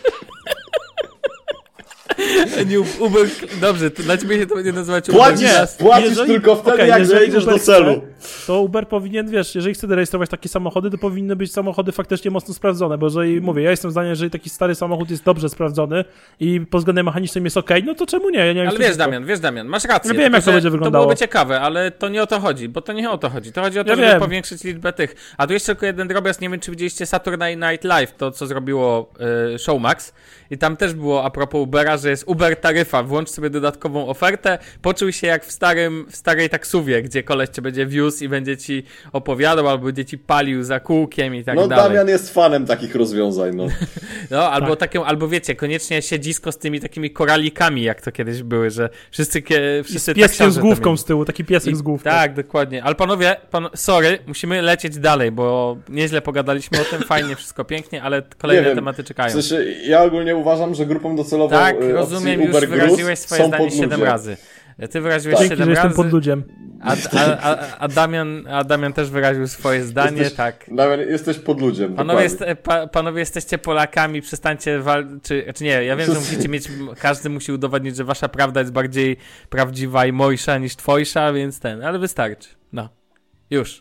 [SPEAKER 2] Nie, Uber... Dobrze, to dla ciebie się to będzie nazywać Uber
[SPEAKER 4] Płacisz,
[SPEAKER 2] Class.
[SPEAKER 4] płacisz
[SPEAKER 3] Jeżeli-
[SPEAKER 4] tylko wtedy,
[SPEAKER 3] okej,
[SPEAKER 4] jak
[SPEAKER 3] jeżeli
[SPEAKER 4] dojdziesz
[SPEAKER 3] Uber
[SPEAKER 4] do celu.
[SPEAKER 3] to Uber powinien, wiesz, jeżeli chce rejestrować takie samochody, to powinny być samochody faktycznie mocno sprawdzone, bo jeżeli, mówię, ja jestem zdania, że jeżeli taki stary samochód jest dobrze sprawdzony i pod względem mechanicznym jest okej, no to czemu nie? Ja nie wiem,
[SPEAKER 2] Ale wiesz Damian, masz rację.
[SPEAKER 3] Ja wiem, jak to
[SPEAKER 2] że
[SPEAKER 3] będzie wyglądało.
[SPEAKER 2] To byłoby ciekawe, ale to nie o to chodzi, bo to nie o to chodzi. To chodzi o to,
[SPEAKER 3] Ja
[SPEAKER 2] żeby
[SPEAKER 3] wiem.
[SPEAKER 2] powiększyć liczbę tych. A tu jeszcze tylko jeden drobiazg, nie wiem, czy widzieliście Saturday Night Live, to co zrobiło Showmax. I tam też było a propos Ubera, że jest Uber taryfa, włącz sobie dodatkową ofertę, poczuj się jak w starej taksówie, gdzie koleś cię będzie wiózł i będzie ci opowiadał, albo będzie ci palił za kółkiem i tak
[SPEAKER 4] No
[SPEAKER 2] dalej.
[SPEAKER 4] Damian jest fanem takich rozwiązań, no.
[SPEAKER 2] No, albo
[SPEAKER 3] Tak.
[SPEAKER 2] taką, albo wiecie, koniecznie siedzisko z tymi takimi koralikami, jak to kiedyś były, że wszyscy
[SPEAKER 3] z pieskiem
[SPEAKER 2] taksiarze
[SPEAKER 3] z
[SPEAKER 2] to
[SPEAKER 3] główką
[SPEAKER 2] mieli.
[SPEAKER 3] z tyłu, taki piesek z główką.
[SPEAKER 2] Tak, dokładnie. Ale panowie, sorry, musimy lecieć dalej, bo nieźle pogadaliśmy o tym, fajnie, wszystko pięknie, ale kolejne
[SPEAKER 4] Nie wiem.
[SPEAKER 2] tematy czekają.
[SPEAKER 4] W sensie, ja ogólnie uważam, że grupą docelową
[SPEAKER 2] Tak,
[SPEAKER 4] opcji
[SPEAKER 2] rozumiem, już
[SPEAKER 4] Uber Gruz
[SPEAKER 2] wyraziłeś swoje
[SPEAKER 4] są
[SPEAKER 2] zdanie 7
[SPEAKER 4] podludzie.
[SPEAKER 2] razy. Ty wyraziłeś
[SPEAKER 3] Dzięki,
[SPEAKER 2] 7
[SPEAKER 3] że jestem
[SPEAKER 2] razy,
[SPEAKER 3] pod ludziem.
[SPEAKER 2] a Damian też wyraził swoje zdanie, tak.
[SPEAKER 4] Damian, jesteś podludziem. dokładnie.
[SPEAKER 2] Panowie jesteście Polakami, przestańcie czy nie, ja wiem, że musicie mieć, każdy musi udowodnić, że wasza prawda jest bardziej prawdziwa i mojsza niż twojsza, więc ale wystarczy. No. Już.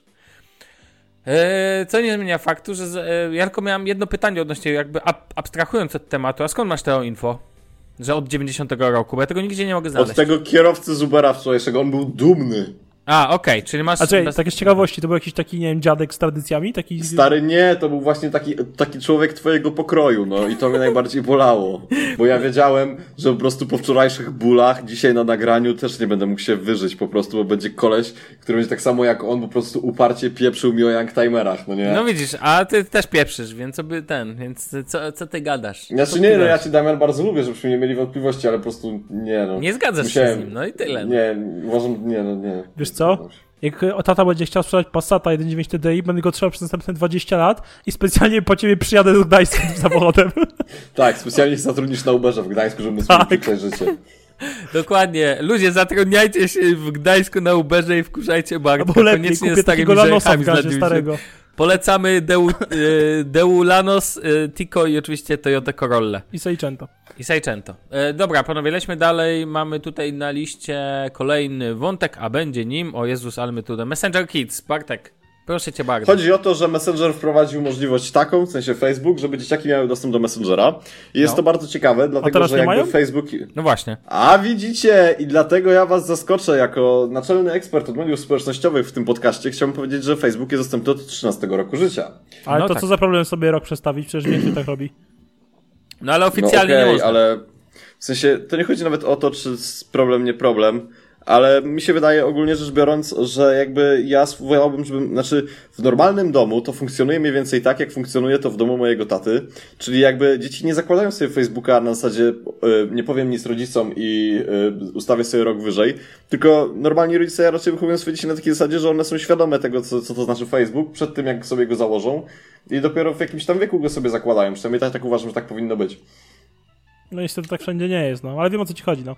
[SPEAKER 2] Co nie zmienia faktu, że ja tylko miałem jedno pytanie odnośnie jakby abstrahując od tematu, a skąd masz to info? Że od 90 roku, bo ja tego nigdzie nie mogę znaleźć.
[SPEAKER 4] Od tego kierowcy z Ubera wczorajszego, on był dumny.
[SPEAKER 2] A, okej, czyli masz...
[SPEAKER 3] A czekaj, tak z ciekawości, to był jakiś taki, nie wiem, dziadek z tradycjami? Taki...
[SPEAKER 4] Stary, nie, to był właśnie taki człowiek twojego pokroju, no i to mnie najbardziej bolało. Bo ja wiedziałem, że po prostu po wczorajszych bólach, dzisiaj na nagraniu też nie będę mógł się wyżyć po prostu, bo będzie koleś, który będzie tak samo jak on po prostu uparcie pieprzył mi o youngtimerach, no nie?
[SPEAKER 2] No widzisz, a ty też pieprzysz, więc więc co ty gadasz?
[SPEAKER 4] Znaczy nie, no ja cię, Damian, bardzo lubię, żebyśmy nie mieli wątpliwości, ale po prostu nie, no.
[SPEAKER 2] Nie zgadzasz się z nim, no i tyle. No.
[SPEAKER 4] Nie, uważam, nie.
[SPEAKER 3] Wiesz co? Jak tata będzie chciał sprzedać Passata 1.9 TDI, będę go trzymał przez następne 20 lat i specjalnie po ciebie przyjadę do Gdańska tym samochodem.
[SPEAKER 4] Tak, specjalnie się zatrudnisz na Uberze w Gdańsku, żeby
[SPEAKER 3] Tak.
[SPEAKER 4] sobie przyjrzeć życie.
[SPEAKER 2] Dokładnie. Ludzie, zatrudniajcie się w Gdańsku na Uberze i wkurzajcie Bartka.
[SPEAKER 3] Albo lepiej,
[SPEAKER 2] Koniecznie
[SPEAKER 3] kupię
[SPEAKER 2] starymi
[SPEAKER 3] takiego Lanosa w
[SPEAKER 2] żelkami z lat
[SPEAKER 3] gazie
[SPEAKER 2] 90.
[SPEAKER 3] starego.
[SPEAKER 2] Polecamy Deulanos, Tico i oczywiście Toyota Corolla.
[SPEAKER 3] I Seicento.
[SPEAKER 2] I Seicento. Dobra, panowie, lećmy dalej. Mamy tutaj na liście kolejny wątek, a będzie nim, o Jezus, ale my tu Messenger Kids. Bartek, proszę cię bardzo.
[SPEAKER 4] Chodzi o to, że Messenger wprowadził możliwość taką, w sensie Facebook, żeby dzieciaki miały dostęp do Messengera. I jest to bardzo ciekawe, dlatego
[SPEAKER 3] teraz
[SPEAKER 4] że
[SPEAKER 3] nie
[SPEAKER 4] jakby
[SPEAKER 3] mają?
[SPEAKER 4] Facebook...
[SPEAKER 2] No właśnie.
[SPEAKER 4] A widzicie, i dlatego ja was zaskoczę, jako naczelny ekspert od mediów społecznościowych w tym podcaście, chciałbym powiedzieć, że Facebook jest dostępny od 13 roku życia.
[SPEAKER 3] Ale
[SPEAKER 2] No
[SPEAKER 3] to
[SPEAKER 2] tak.
[SPEAKER 3] co za problem sobie rok przestawić? Przecież więcej tak robi.
[SPEAKER 2] No ale oficjalnie
[SPEAKER 4] no,
[SPEAKER 2] nie
[SPEAKER 4] okej,
[SPEAKER 2] można.
[SPEAKER 4] ale w sensie, to nie chodzi nawet o to, czy problem, nie problem, ale mi się wydaje ogólnie rzecz biorąc, że jakby ja wolałbym, w normalnym domu to funkcjonuje mniej więcej tak, jak funkcjonuje to w domu mojego taty, czyli jakby dzieci nie zakładają sobie Facebooka na zasadzie nie powiem nic rodzicom i ustawię sobie rok wyżej, tylko normalni rodzice raczej wychowują swoje dzieci na takiej zasadzie, że one są świadome tego, co to znaczy Facebook, przed tym jak sobie go założą i dopiero w jakimś tam wieku go sobie zakładają, przynajmniej tak uważam, że tak powinno być.
[SPEAKER 3] No niestety tak wszędzie nie jest, no, ale wiem o co ci chodzi, no.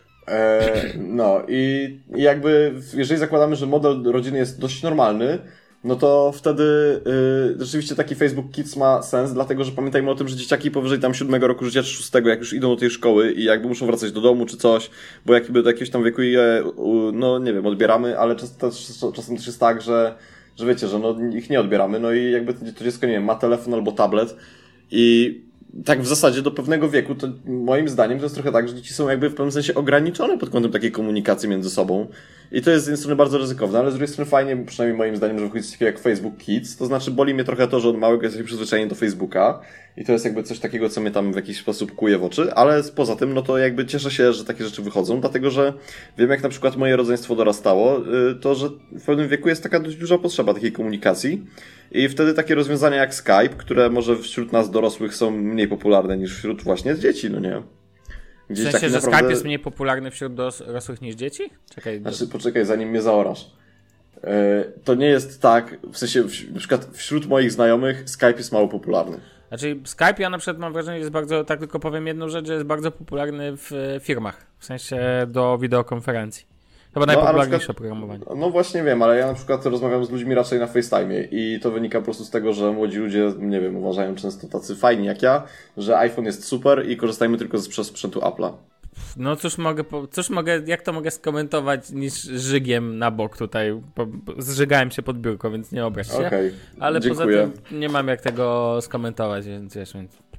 [SPEAKER 4] No i jakby jeżeli zakładamy, że model rodziny jest dość normalny, no to wtedy rzeczywiście taki Facebook Kids ma sens, dlatego że pamiętajmy o tym, że dzieciaki powyżej tam 7 roku życia czy 6, jak już idą do tej szkoły i jakby muszą wracać do domu czy coś, bo jakby do jakiegoś tam wieku je, no nie wiem, odbieramy, ale czasem też jest tak, że wiecie, że no ich nie odbieramy, no i jakby to dziecko, nie wiem, ma telefon albo tablet i tak w zasadzie do pewnego wieku, to moim zdaniem to jest trochę tak, że dzieci są jakby w pewnym sensie ograniczone pod kątem takiej komunikacji między sobą. I to jest z jednej strony bardzo ryzykowne, ale z drugiej strony fajnie, przynajmniej moim zdaniem, że wychodzi coś takiego jak Facebook Kids. To znaczy boli mnie trochę to, że od małego jesteśmy przyzwyczajeni do Facebooka i to jest jakby coś takiego, co mnie tam w jakiś sposób kuje w oczy, ale poza tym, no to jakby cieszę się, że takie rzeczy wychodzą, dlatego że wiem, jak na przykład moje rodzeństwo dorastało, to, że w pewnym wieku jest taka dość duża potrzeba takiej komunikacji i wtedy takie rozwiązania jak Skype, które może wśród nas dorosłych są mniej popularne niż wśród właśnie dzieci, no nie?
[SPEAKER 2] Gdzieś w sensie, że naprawdę... Skype jest mniej popularny wśród dorosłych niż dzieci? Czekaj.
[SPEAKER 4] Znaczy, poczekaj, zanim mnie zaorasz. To nie jest tak, w sensie, na przykład wśród moich znajomych Skype jest mało popularny.
[SPEAKER 2] Znaczy, Skype, ja na przykład mam wrażenie, jest bardzo, tak tylko powiem jedną rzecz, że jest bardzo popularny w firmach, w sensie do wideokonferencji. Chyba najpopularniejsze oprogramowanie.
[SPEAKER 4] No właśnie wiem, ale ja na przykład rozmawiam z ludźmi raczej na FaceTime'ie i to wynika po prostu z tego, że młodzi ludzie, nie wiem, uważają często tacy fajni jak ja, że iPhone jest super i korzystajmy tylko z sprzętu Apple'a.
[SPEAKER 2] No jak to mogę skomentować niż żygiem na bok tutaj, zżygałem się pod biurko, więc nie obraź się.
[SPEAKER 4] Okay,
[SPEAKER 2] ale
[SPEAKER 4] dziękuję.
[SPEAKER 2] Poza tym nie mam jak tego skomentować, więc wiesz,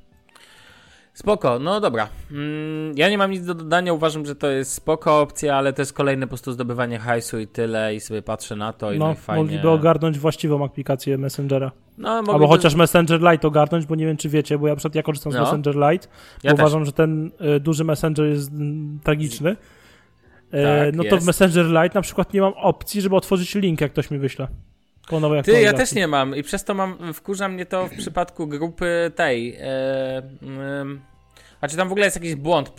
[SPEAKER 2] spoko, no dobra. Ja nie mam nic do dodania, uważam, że to jest spoko opcja, ale to jest kolejne po prostu zdobywanie hajsu i tyle i sobie patrzę na to i no fajnie.
[SPEAKER 3] Mogliby ogarnąć właściwą aplikację Messengera.
[SPEAKER 2] No,
[SPEAKER 3] albo chociaż Messenger Lite ogarnąć, bo nie wiem czy wiecie, bo ja korzystam z Messenger Lite, bo uważam, że ten duży Messenger jest tragiczny. Tak, no to w Messenger Lite na przykład nie mam opcji, żeby otworzyć link, jak ktoś mi wyśle.
[SPEAKER 2] Ja też nie mam i przez to wkurza mnie to w przypadku grupy tej. A czy tam w ogóle jest jakiś błąd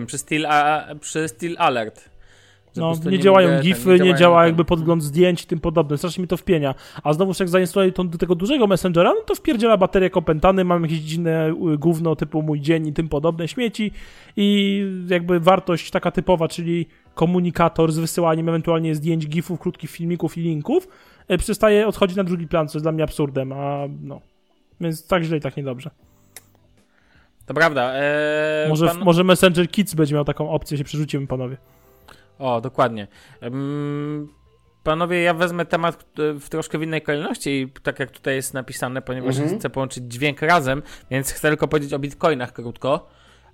[SPEAKER 2] przy Still Alert?
[SPEAKER 3] No, nie działają gify, nie działa jakby podgląd zdjęć i tym podobne. Strasznie mi to wpienia. A znowuż jak zainstaluję do tego dużego Messengera, no to wpierdziela baterię jako opętany, mam jakieś dziwne gówno typu mój dzień i tym podobne śmieci i jakby wartość taka typowa, czyli komunikator z wysyłaniem ewentualnie zdjęć, gifów, krótkich filmików i linków przestaje odchodzić na drugi plan, co jest dla mnie absurdem, więc tak źle i tak niedobrze.
[SPEAKER 2] To prawda.
[SPEAKER 3] Może Messenger Kids będzie miał taką opcję, się przerzucimy, panowie.
[SPEAKER 2] O, dokładnie. Panowie, ja wezmę temat w innej kolejności i tak jak tutaj jest napisane, ponieważ chcę połączyć dźwięk razem, więc chcę tylko powiedzieć o bitcoinach krótko.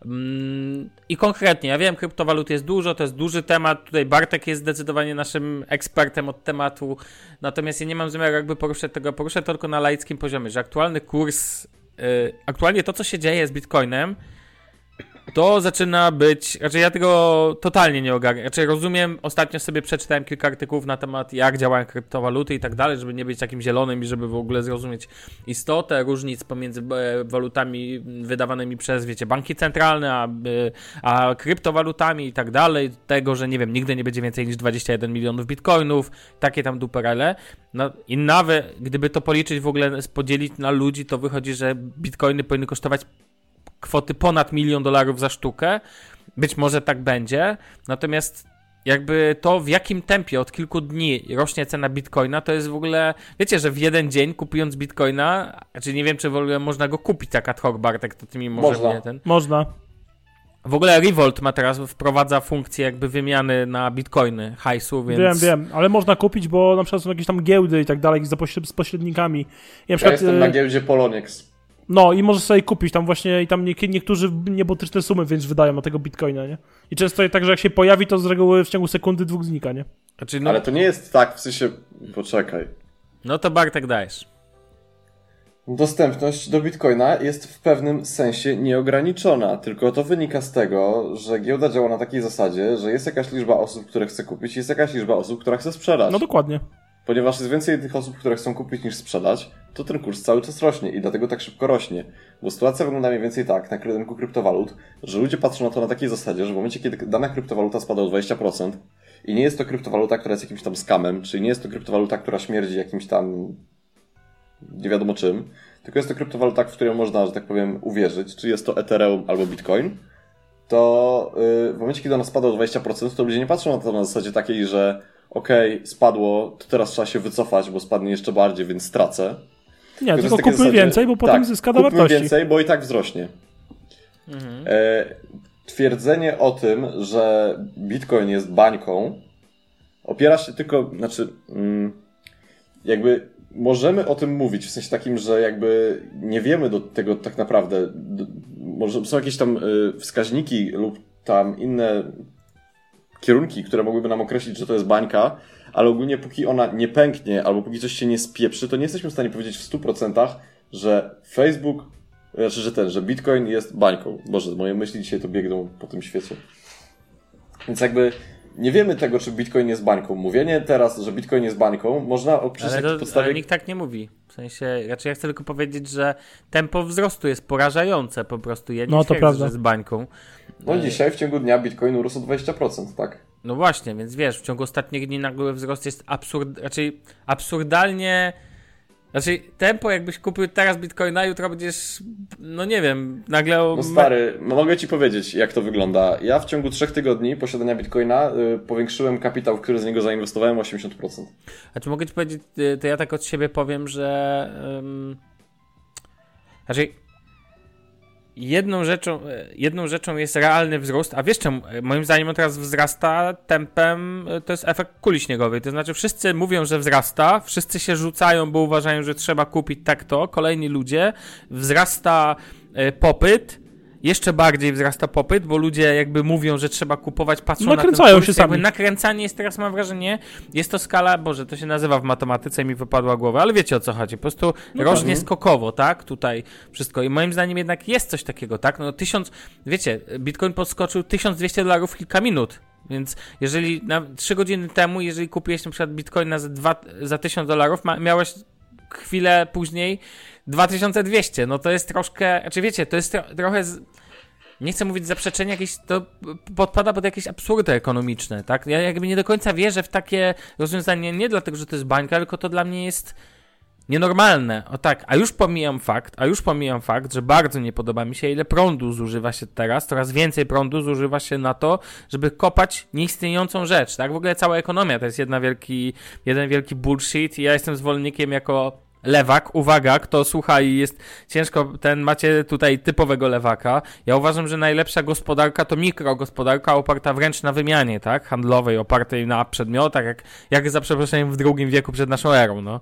[SPEAKER 2] I konkretnie, ja wiem, kryptowalut jest dużo, to jest duży temat, tutaj Bartek jest zdecydowanie naszym ekspertem od tematu, natomiast ja nie mam zamiaru jakby poruszać to tylko na laickim poziomie, że aktualny kurs, aktualnie to, co się dzieje z bitcoinem, to zaczyna być, raczej ja tego totalnie nie ogarniam, raczej rozumiem, ostatnio sobie przeczytałem kilka artykułów na temat jak działają kryptowaluty i tak dalej, żeby nie być takim zielonym i żeby w ogóle zrozumieć istotę różnic pomiędzy walutami wydawanymi przez, wiecie, banki centralne, a kryptowalutami i tak dalej, tego, że nie wiem, nigdy nie będzie więcej niż 21 milionów bitcoinów, takie tam duperele. No, i nawet gdyby to policzyć w ogóle, podzielić na ludzi, to wychodzi, że bitcoiny powinny kosztować kwoty ponad $1 milion za sztukę. Być może tak będzie. Natomiast jakby to, w jakim tempie od kilku dni rośnie cena bitcoina, to jest w ogóle... Wiecie, że w jeden dzień kupując bitcoina, znaczy nie wiem, czy w ogóle można go kupić tak ad hoc, Bartek, to ty mi może
[SPEAKER 4] można.
[SPEAKER 2] Nie ten...
[SPEAKER 3] Można.
[SPEAKER 2] W ogóle Revolt wprowadza funkcję jakby wymiany na bitcoiny, hajsu, więc...
[SPEAKER 3] Wiem, ale można kupić, bo na przykład są jakieś tam giełdy i tak dalej, z pośrednikami.
[SPEAKER 4] Ja jestem na giełdzie Poloniex.
[SPEAKER 3] No i możesz sobie kupić tam właśnie i tam niektórzy niebotyczne sumy więc wydają na tego bitcoina, nie? I często jest tak, że jak się pojawi, to z reguły w ciągu sekundy, 2 znika, nie?
[SPEAKER 2] Znaczy,
[SPEAKER 4] ale to nie jest tak, w sensie... Poczekaj.
[SPEAKER 2] No to Bartek dajesz.
[SPEAKER 4] Dostępność do Bitcoina jest w pewnym sensie nieograniczona, tylko to wynika z tego, że giełda działa na takiej zasadzie, że jest jakaś liczba osób, które chce kupić, jest jakaś liczba osób, która chce sprzedać.
[SPEAKER 3] No dokładnie.
[SPEAKER 4] Ponieważ jest więcej tych osób, które chcą kupić niż sprzedać, to ten kurs cały czas rośnie i dlatego tak szybko rośnie. Bo sytuacja wygląda mniej więcej tak na rynku kryptowalut, że ludzie patrzą na to na takiej zasadzie, że w momencie, kiedy dana kryptowaluta spada o 20% i nie jest to kryptowaluta, która jest jakimś tam scamem, czyli nie jest to kryptowaluta, która śmierdzi jakimś tam nie wiadomo czym, tylko jest to kryptowaluta, w którą można, że tak powiem, uwierzyć, czy jest to Ethereum albo Bitcoin, to w momencie, kiedy ona spada o 20%, to ludzie nie patrzą na to na zasadzie takiej, że spadło, to teraz trzeba się wycofać, bo spadnie jeszcze bardziej, więc stracę.
[SPEAKER 3] Nie, tylko kupmy więcej, bo potem zyska na wartości.
[SPEAKER 4] Kupmy więcej, bo i tak wzrośnie. Twierdzenie o tym, że Bitcoin jest bańką, opiera się tylko, jakby możemy o tym mówić, w sensie takim, że jakby nie wiemy do tego tak naprawdę, może są jakieś tam wskaźniki lub tam inne kierunki, które mogłyby nam określić, że to jest bańka, ale ogólnie póki ona nie pęknie, albo póki coś się nie spieprzy, to nie jesteśmy w stanie powiedzieć w 100%, że Facebook, że Bitcoin jest bańką. Boże, moje myśli dzisiaj to biegną po tym świecie. Więc jakby nie wiemy tego, czy Bitcoin jest bańką. Mówienie teraz, że Bitcoin jest bańką, można oprzeć na podstawie...
[SPEAKER 2] Ale nikt tak nie mówi. W sensie, raczej ja chcę tylko powiedzieć, że tempo wzrostu jest porażające po prostu. Ja nie twierdzę, że jest bańką.
[SPEAKER 4] No dzisiaj w ciągu dnia Bitcoin urósł o 20%, tak?
[SPEAKER 2] No właśnie, więc wiesz, w ciągu ostatnich dni nagły wzrost jest absurdalnie... tempo jakbyś kupił teraz Bitcoina, jutro będziesz, no nie wiem, nagle...
[SPEAKER 4] No stary, mogę ci powiedzieć, jak to wygląda. Ja w ciągu 3 tygodni posiadania Bitcoina powiększyłem kapitał, w który z niego zainwestowałem, o 80%.
[SPEAKER 2] Znaczy mogę ci powiedzieć, to ja tak od siebie powiem, że... Jedną rzeczą jest realny wzrost, a wiesz czemu? Moim zdaniem on teraz wzrasta tempem, to jest efekt kuli śniegowej, to znaczy wszyscy mówią, że wzrasta, wszyscy się rzucają, bo uważają, że trzeba kupić kolejni ludzie, wzrasta popyt, jeszcze bardziej wzrasta popyt, bo ludzie jakby mówią, że trzeba kupować, patrzą
[SPEAKER 3] nakręcają
[SPEAKER 2] na ten kurs,
[SPEAKER 3] się sami.
[SPEAKER 2] Nakręcanie jest teraz, mam wrażenie, jest to skala, Boże, to się nazywa w matematyce i mi wypadła głowa, ale wiecie o co chodzi, po prostu rośnie skokowo, tak, tutaj wszystko i moim zdaniem jednak jest coś takiego, tak, wiecie, Bitcoin podskoczył $1200 w kilka minut, więc jeżeli 3 godziny temu, jeżeli kupiłeś na przykład Bitcoina za $1000, miałeś chwilę później 2200, no to jest troszkę, wiecie, to jest trochę, nie chcę mówić zaprzeczenie jakieś, to podpada pod jakieś absurdy ekonomiczne, tak? Ja jakby nie do końca wierzę w takie rozwiązanie, nie dlatego, że to jest bańka, tylko to dla mnie jest nienormalne, a już pomijam fakt, że bardzo nie podoba mi się, ile prądu zużywa się teraz, coraz więcej prądu zużywa się na to, żeby kopać nieistniejącą rzecz, tak? W ogóle cała ekonomia to jest jeden wielki bullshit i ja jestem zwolennikiem jako lewak, uwaga, kto słucha i jest ciężko, macie tutaj typowego lewaka. Ja uważam, że najlepsza gospodarka to mikrogospodarka oparta wręcz na wymianie, tak? Handlowej, opartej na przedmiotach, jak za przeproszeniem w II wieku przed naszą erą, no.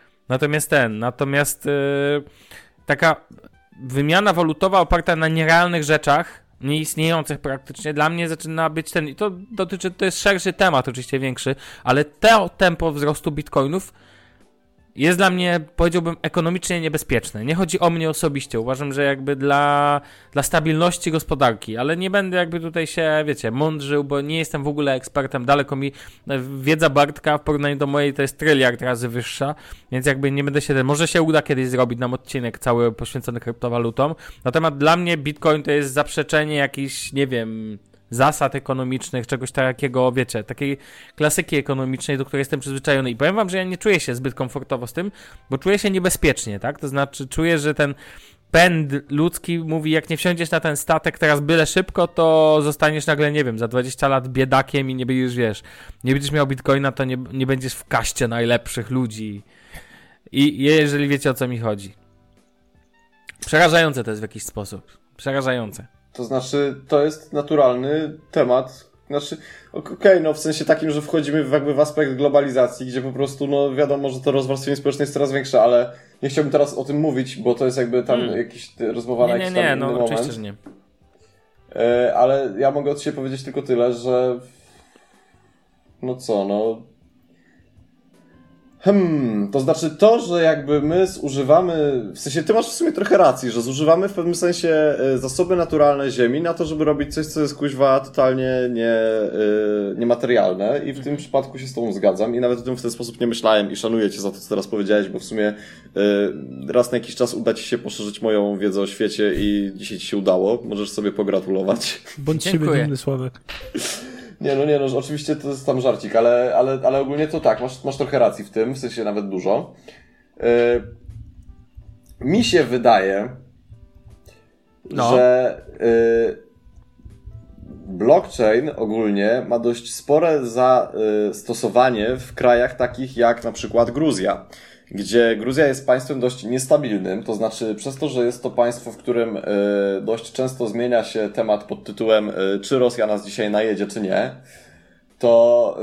[SPEAKER 2] Natomiast taka wymiana walutowa oparta na nierealnych rzeczach, nieistniejących praktycznie, dla mnie zaczyna być i to jest szerszy temat, oczywiście większy, ale to tempo wzrostu bitcoinów jest dla mnie, powiedziałbym, ekonomicznie niebezpieczne. Nie chodzi o mnie osobiście. Uważam, że jakby dla stabilności gospodarki, ale nie będę jakby tutaj się, wiecie, mądrzył, bo nie jestem w ogóle ekspertem. Daleko mi wiedza Bartka w porównaniu do mojej to jest tryliard razy wyższa, więc jakby nie będę się... Może się uda kiedyś zrobić nam odcinek cały poświęcony kryptowalutom. Natomiast dla mnie Bitcoin to jest zaprzeczenie jakichś, nie wiem... zasad ekonomicznych, czegoś takiego, wiecie, takiej klasyki ekonomicznej, do której jestem przyzwyczajony i powiem wam, że ja nie czuję się zbyt komfortowo z tym, bo czuję się niebezpiecznie, tak? To znaczy czuję, że ten pęd ludzki mówi, jak nie wsiądziesz na ten statek teraz byle szybko, to zostaniesz nagle, nie wiem, za 20 lat biedakiem i nie będziesz, wiesz, nie będziesz miał bitcoina, to nie będziesz w kaście najlepszych ludzi. I jeżeli wiecie, o co mi chodzi. Przerażające to jest w jakiś sposób. Przerażające.
[SPEAKER 4] To znaczy, to jest naturalny temat. Znaczy, w sensie takim, że wchodzimy jakby w aspekt globalizacji, gdzie po prostu, no wiadomo, że to rozwarstwienie społeczne jest coraz większe, ale nie chciałbym teraz o tym mówić, bo to jest jakby tam jakiś rozmowa na jakiś tam inny moment.
[SPEAKER 2] Oczywiście, że nie.
[SPEAKER 4] Ale ja mogę od siebie powiedzieć tylko tyle, że To znaczy to, że jakby my zużywamy, w sensie ty masz w sumie trochę racji, że zużywamy w pewnym sensie zasoby naturalne ziemi na to, żeby robić coś, co jest kuźwa totalnie niematerialne i w tym przypadku się z tobą zgadzam i nawet o tym w ten sposób nie myślałem i szanuję cię za to, co teraz powiedziałeś, bo w sumie raz na jakiś czas uda ci się poszerzyć moją wiedzę o świecie i dzisiaj ci się udało. Możesz sobie pogratulować.
[SPEAKER 3] Bądź siebie dumny, Sławek.
[SPEAKER 4] Nie, oczywiście to jest tam żarcik, ale ogólnie to tak, masz trochę racji w tym, w sensie nawet dużo. Mi się wydaje, że blockchain ogólnie ma dość spore zastosowanie w krajach takich jak na przykład Gruzja, gdzie Gruzja jest państwem dość niestabilnym, to znaczy przez to, że jest to państwo, w którym dość często zmienia się temat pod tytułem czy Rosja nas dzisiaj najedzie, czy nie, to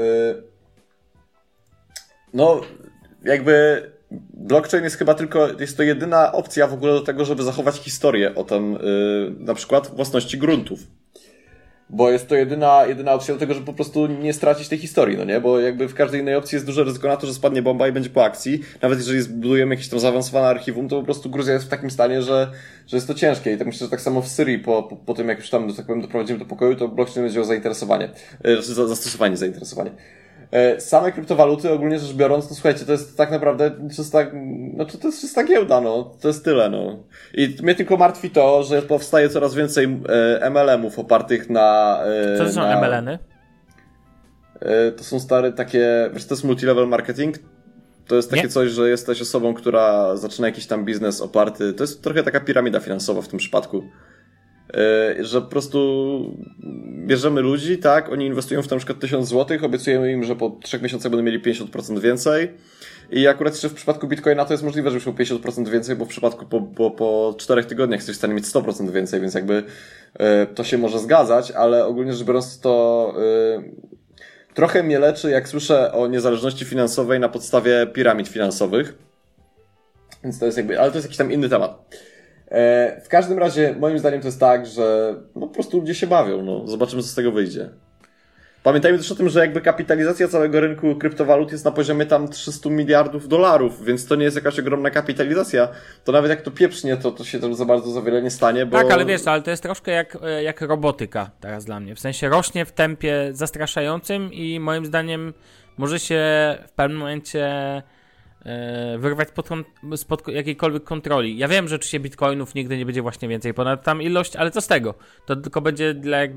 [SPEAKER 4] no jakby blockchain jest chyba jest to jedyna opcja w ogóle do tego, żeby zachować historię o tym na przykład własności gruntów. Bo jest to jedyna opcja do tego, żeby po prostu nie stracić tej historii, no nie? Bo jakby w każdej innej opcji jest duże ryzyko na to, że spadnie bomba i będzie po akcji. Nawet jeżeli zbudujemy jakieś tam zaawansowane archiwum, to po prostu Gruzja jest w takim stanie, że jest to ciężkie. I tak myślę, że tak samo w Syrii po tym, jak już tam, tak powiem, doprowadzimy do pokoju, to blockchain będzie miał zainteresowanie. Same kryptowaluty, ogólnie rzecz biorąc, no słuchajcie, to jest tak naprawdę to jest czysta giełda, no. To jest tyle, no. I mnie tylko martwi to, że powstaje coraz więcej MLM-ów opartych na...
[SPEAKER 2] Co to są MLM-y?
[SPEAKER 4] To są stare takie... Wiesz, to jest multilevel marketing. To jest takie coś, że jesteś osobą, która zaczyna jakiś tam biznes oparty... To jest trochę taka piramida finansowa w tym przypadku. Że po prostu bierzemy ludzi, tak, oni inwestują w to na przykład 1000 złotych, obiecujemy im, że po 3 miesiącach będą mieli 50% więcej i akurat jeszcze w przypadku Bitcoina to jest możliwe, że już miał 50% więcej, bo w przypadku po 4 tygodniach jesteś w stanie mieć 100% więcej, więc jakby to się może zgadzać, ale ogólnie rzecz biorąc to trochę mnie leczy, jak słyszę o niezależności finansowej na podstawie piramid finansowych, więc to jest jakby, ale to jest jakiś tam inny temat. W każdym razie, moim zdaniem to jest tak, że no, po prostu ludzie się bawią, no. Zobaczymy, co z tego wyjdzie. Pamiętajmy też o tym, że jakby kapitalizacja całego rynku kryptowalut jest na poziomie tam 300 miliardów dolarów, więc to nie jest jakaś ogromna kapitalizacja. To nawet jak to pieprznie, to się tam za wiele nie stanie, bo...
[SPEAKER 2] Tak, ale wiesz, ale to jest troszkę jak robotyka teraz dla mnie. W sensie rośnie w tempie zastraszającym i moim zdaniem może się w pewnym momencie wyrwać spod jakiejkolwiek kontroli. Ja wiem, że oczywiście bitcoinów nigdy nie będzie właśnie więcej ponad tam ilość, ale co z tego? To tylko będzie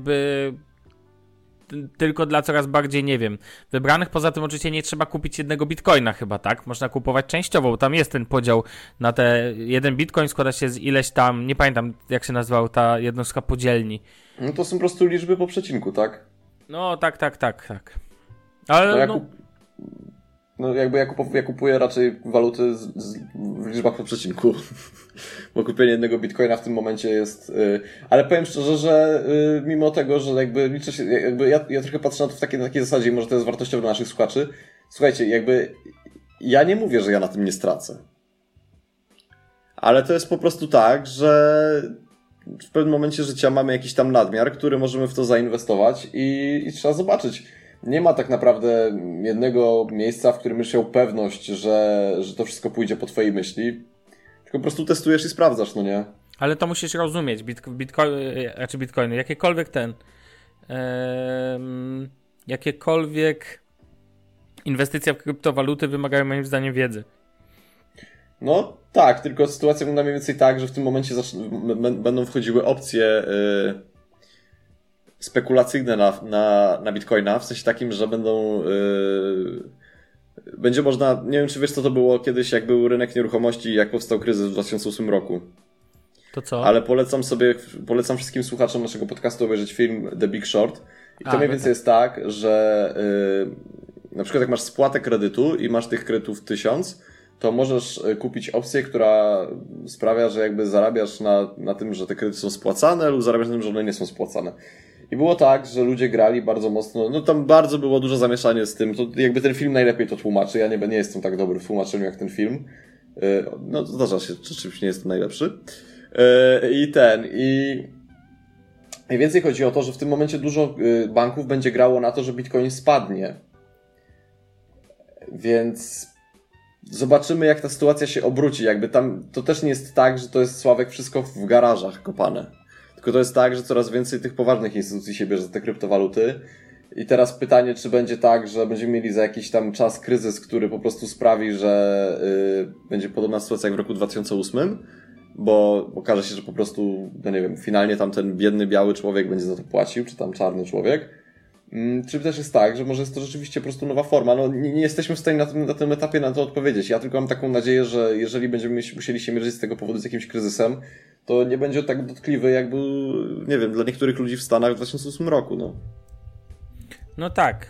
[SPEAKER 2] tylko dla coraz bardziej, nie wiem, wybranych. Poza tym oczywiście nie trzeba kupić jednego bitcoina chyba, tak? Można kupować częściowo, tam jest ten podział na jeden bitcoin składa się z ileś tam, nie pamiętam jak się nazywała ta jednostka podzielni.
[SPEAKER 4] No to są po prostu liczby po przecinku, tak?
[SPEAKER 2] No tak. Ale
[SPEAKER 4] no jakby ja kupuję raczej waluty w liczbach po przecinku, bo kupienie jednego bitcoina w tym momencie jest... ale powiem szczerze, że mimo tego, że jakby liczę się... Jakby ja trochę patrzę na to na takiej zasadzie, może to jest wartościowe dla naszych słuchaczy. Słuchajcie, jakby ja nie mówię, że ja na tym nie stracę. Ale to jest po prostu tak, że w pewnym momencie życia mamy jakiś tam nadmiar, który możemy w to zainwestować i trzeba zobaczyć. Nie ma tak naprawdę jednego miejsca, w którym już miał pewność, że to wszystko pójdzie po twojej myśli. Tylko po prostu testujesz i sprawdzasz, no nie?
[SPEAKER 2] Ale to musisz rozumieć. Bitcoiny, jakiekolwiek inwestycja w kryptowaluty wymagają moim zdaniem wiedzy.
[SPEAKER 4] No tak, tylko sytuacja wygląda mniej więcej tak, że w tym momencie będą wchodziły opcje spekulacyjne na Bitcoina, w sensie takim, że będzie można, nie wiem czy wiesz co to było kiedyś, jak był rynek nieruchomości, jak powstał kryzys w 2008 roku.
[SPEAKER 2] To co?
[SPEAKER 4] Ale polecam wszystkim słuchaczom naszego podcastu obejrzeć film The Big Short. I to mniej więcej jest tak, że na przykład jak masz spłatę kredytu i masz tych kredytów 1000, to możesz kupić opcję, która sprawia, że jakby zarabiasz na tym, że te kredyty są spłacane lub zarabiasz na tym, że one nie są spłacane. I było tak, że ludzie grali bardzo mocno, no tam bardzo było duże zamieszanie z tym, to jakby ten film najlepiej to tłumaczy, ja nie jestem tak dobry w tłumaczeniu jak ten film, no zdarza się, rzeczywiście nie jestem najlepszy. I więcej chodzi o to, że w tym momencie dużo banków będzie grało na to, że Bitcoin spadnie. Więc zobaczymy, jak ta sytuacja się obróci. Jakby tam, to też nie jest tak, że to jest, Sławek, wszystko w garażach kopane. Tylko to jest tak, że coraz więcej tych poważnych instytucji się bierze za te kryptowaluty. I teraz pytanie, czy będzie tak, że będziemy mieli za jakiś tam czas kryzys, który po prostu sprawi, że będzie podobna sytuacja jak w roku 2008, bo okaże się, że po prostu, no nie wiem, finalnie tam ten biedny biały człowiek będzie za to płacił, czy tam czarny człowiek. Czy też jest tak, że może jest to rzeczywiście po prostu nowa forma. No nie jesteśmy w stanie na tym etapie na to odpowiedzieć. Ja tylko mam taką nadzieję, że jeżeli będziemy musieli się mierzyć z tego powodu z jakimś kryzysem, to nie będzie tak dotkliwy, jak był, nie wiem, dla niektórych ludzi w Stanach w 2008 roku, no.
[SPEAKER 2] No tak.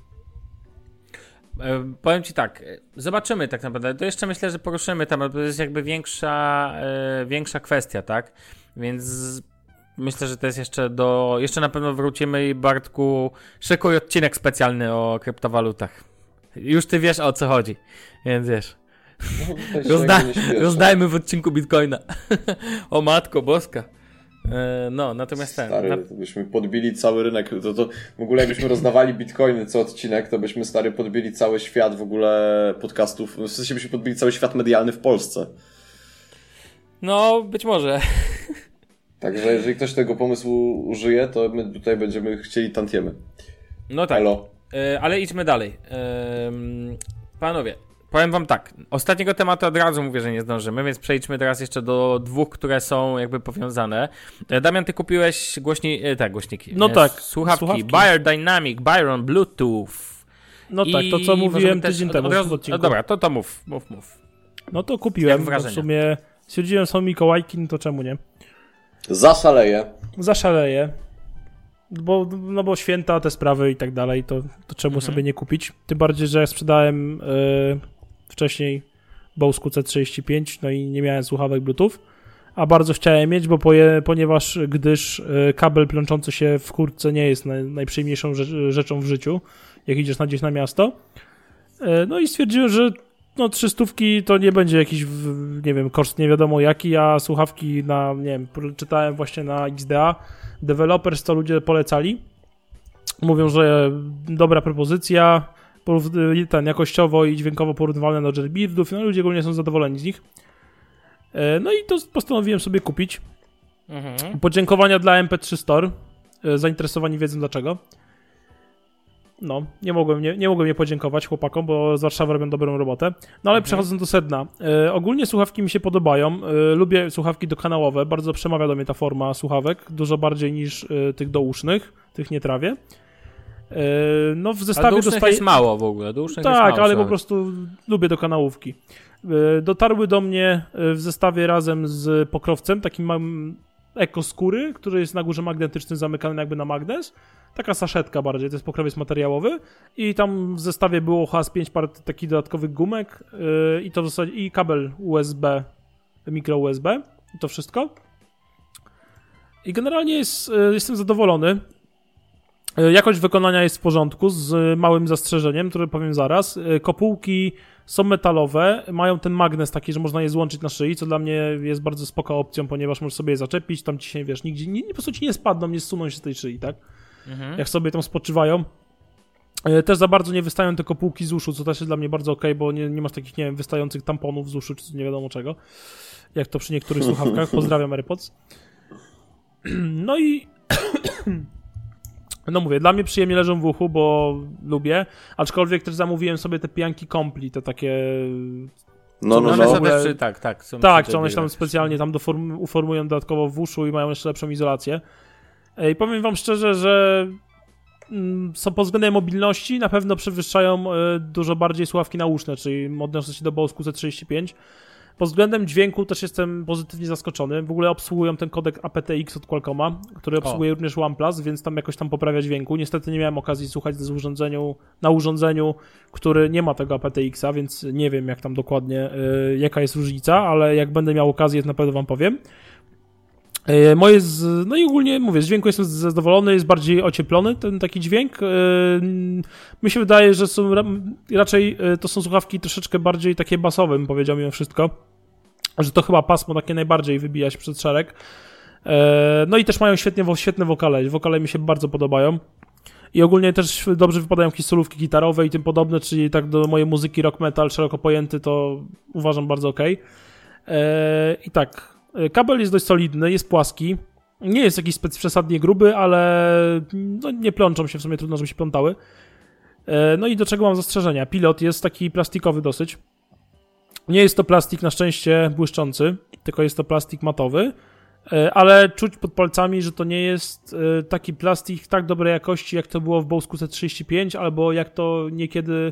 [SPEAKER 2] Powiem ci tak, zobaczymy tak naprawdę. To jeszcze myślę, że poruszymy temat, bo to jest jakby większa kwestia, tak? Więc myślę, że to jest jeszcze na pewno wrócimy i Bartku, szykuj odcinek specjalny o kryptowalutach. Już ty wiesz, o co chodzi, więc wiesz. Rozdajmy w odcinku Bitcoina. O matko boska. No, natomiast
[SPEAKER 4] stary, to byśmy podbili cały rynek. To w ogóle jakbyśmy rozdawali bitcoiny co odcinek, to byśmy, stary, podbili cały świat w ogóle podcastów. W sensie byśmy podbili cały świat medialny w Polsce.
[SPEAKER 2] No, być może.
[SPEAKER 4] Także jeżeli ktoś tego pomysłu użyje, to my tutaj będziemy chcieli tantiemy.
[SPEAKER 2] No tak. Ale idźmy dalej. Panowie, powiem wam tak. Ostatniego tematu od razu mówię, że nie zdążymy, więc przejdźmy teraz jeszcze do dwóch, które są jakby powiązane. Damian, ty kupiłeś głośniki.
[SPEAKER 3] No tak.
[SPEAKER 2] Słuchawki. Beyerdynamic, Byron, Bluetooth.
[SPEAKER 3] No tak, to co mówiłem tydzień temu.
[SPEAKER 2] Dobra, to mów.
[SPEAKER 3] No to kupiłem. W sumie stwierdziłem, są Mikołajki, no to czemu nie? Zaszaleję. Bo święta, te sprawy i tak dalej, to czemu sobie nie kupić? Tym bardziej, że sprzedałem wcześniej Bose QC35, no i nie miałem słuchawek Bluetooth, a bardzo chciałem mieć, gdyż kabel plączący się w kurtce nie jest najprzyjemniejszą rzeczą w życiu, jak idziesz gdzieś na miasto. No i stwierdziłem, że 300 to nie będzie jakiś, nie wiem, koszt nie wiadomo jaki, a słuchawki czytałem właśnie na XDA, Developers, to ludzie polecali. Mówią, że dobra propozycja, jakościowo i dźwiękowo porównywalne do Jailbirdów, no ludzie ogólnie są zadowoleni z nich. No i to postanowiłem sobie kupić. Podziękowania dla MP3 Store. Zainteresowani wiedzą dlaczego. No, nie mogłem nie podziękować chłopakom, bo z Warszawy robią dobrą robotę. No ale przechodząc do sedna. Ogólnie słuchawki mi się podobają. Lubię słuchawki dokanałowe. Bardzo przemawia do mnie ta forma słuchawek. Dużo bardziej niż tych dousznych. Tych nie trawię. No w zestawie
[SPEAKER 2] jest mało w ogóle.
[SPEAKER 3] Tak, ale po prostu lubię dokanałówki. Dotarły do mnie w zestawie razem z pokrowcem. Takim mam ekoskóry, który jest na górze magnetyczny, zamykany jakby na magnes. Taka saszetka bardziej, to jest pokrowiec materiałowy i tam w zestawie było chyba z 5 par takich dodatkowych gumek i to w zasadzie i kabel USB, mikro USB i to wszystko. I generalnie jestem zadowolony. Jakość wykonania jest w porządku, z małym zastrzeżeniem, które powiem zaraz. Kopułki są metalowe, mają ten magnes taki, że można je złączyć na szyi, co dla mnie jest bardzo spoko opcją, ponieważ możesz sobie je zaczepić, tam ci się, wiesz, nigdzie, po prostu ci nie spadną, nie zsuną się z tej szyi, tak? Jak sobie tam spoczywają. Też za bardzo nie wystają te kopułki z uszu, co też jest dla mnie bardzo okej, bo nie masz takich, nie wiem, wystających tamponów z uszu, czy nie wiadomo czego, jak to przy niektórych słuchawkach. Pozdrawiam AirPods. No i no mówię, dla mnie przyjemnie leżą w uchu, bo lubię, aczkolwiek też zamówiłem sobie te pijanki Kompli, te takie... Tak, co one się tam specjalnie tam uformują dodatkowo w uszu i mają jeszcze lepszą izolację. I powiem wam szczerze, że są pod względem mobilności na pewno przewyższają dużo bardziej słuchawki nauszne, czyli odnoszę się do Bose QC35. Pod względem dźwięku też jestem pozytywnie zaskoczony. W ogóle obsługują ten kodek aptX od Qualcomma, który obsługuje również OnePlus, więc tam jakoś tam poprawia dźwięku. Niestety nie miałem okazji słuchać na urządzeniu, który nie ma tego aptX-a, więc nie wiem jak tam dokładnie, jaka jest różnica, ale jak będę miał okazję, to na pewno wam powiem. No i ogólnie mówię, z dźwięku jestem zadowolony, jest bardziej ocieplony ten taki dźwięk. Mi się wydaje, że są raczej to są słuchawki troszeczkę bardziej takie basowe, bym powiedział mimo wszystko, że to chyba pasmo takie najbardziej wybija się przed szereg. No i też mają świetne wokale. Wokale mi się bardzo podobają. i ogólnie też dobrze wypadają jakieś solówki gitarowe i tym podobne, czyli tak do mojej muzyki rock metal szeroko pojęty to uważam bardzo okej. I tak, kabel jest dość solidny, jest płaski, nie jest jakiś przesadnie gruby, ale no, nie plączą się, w sumie trudno, żeby się plątały. No i do czego mam zastrzeżenia? Pilot jest taki plastikowy dosyć. Nie jest to plastik na szczęście błyszczący, tylko jest to plastik matowy, ale czuć pod palcami, że to nie jest taki plastik tak dobrej jakości, jak to było w Bose QC35, albo jak to niekiedy,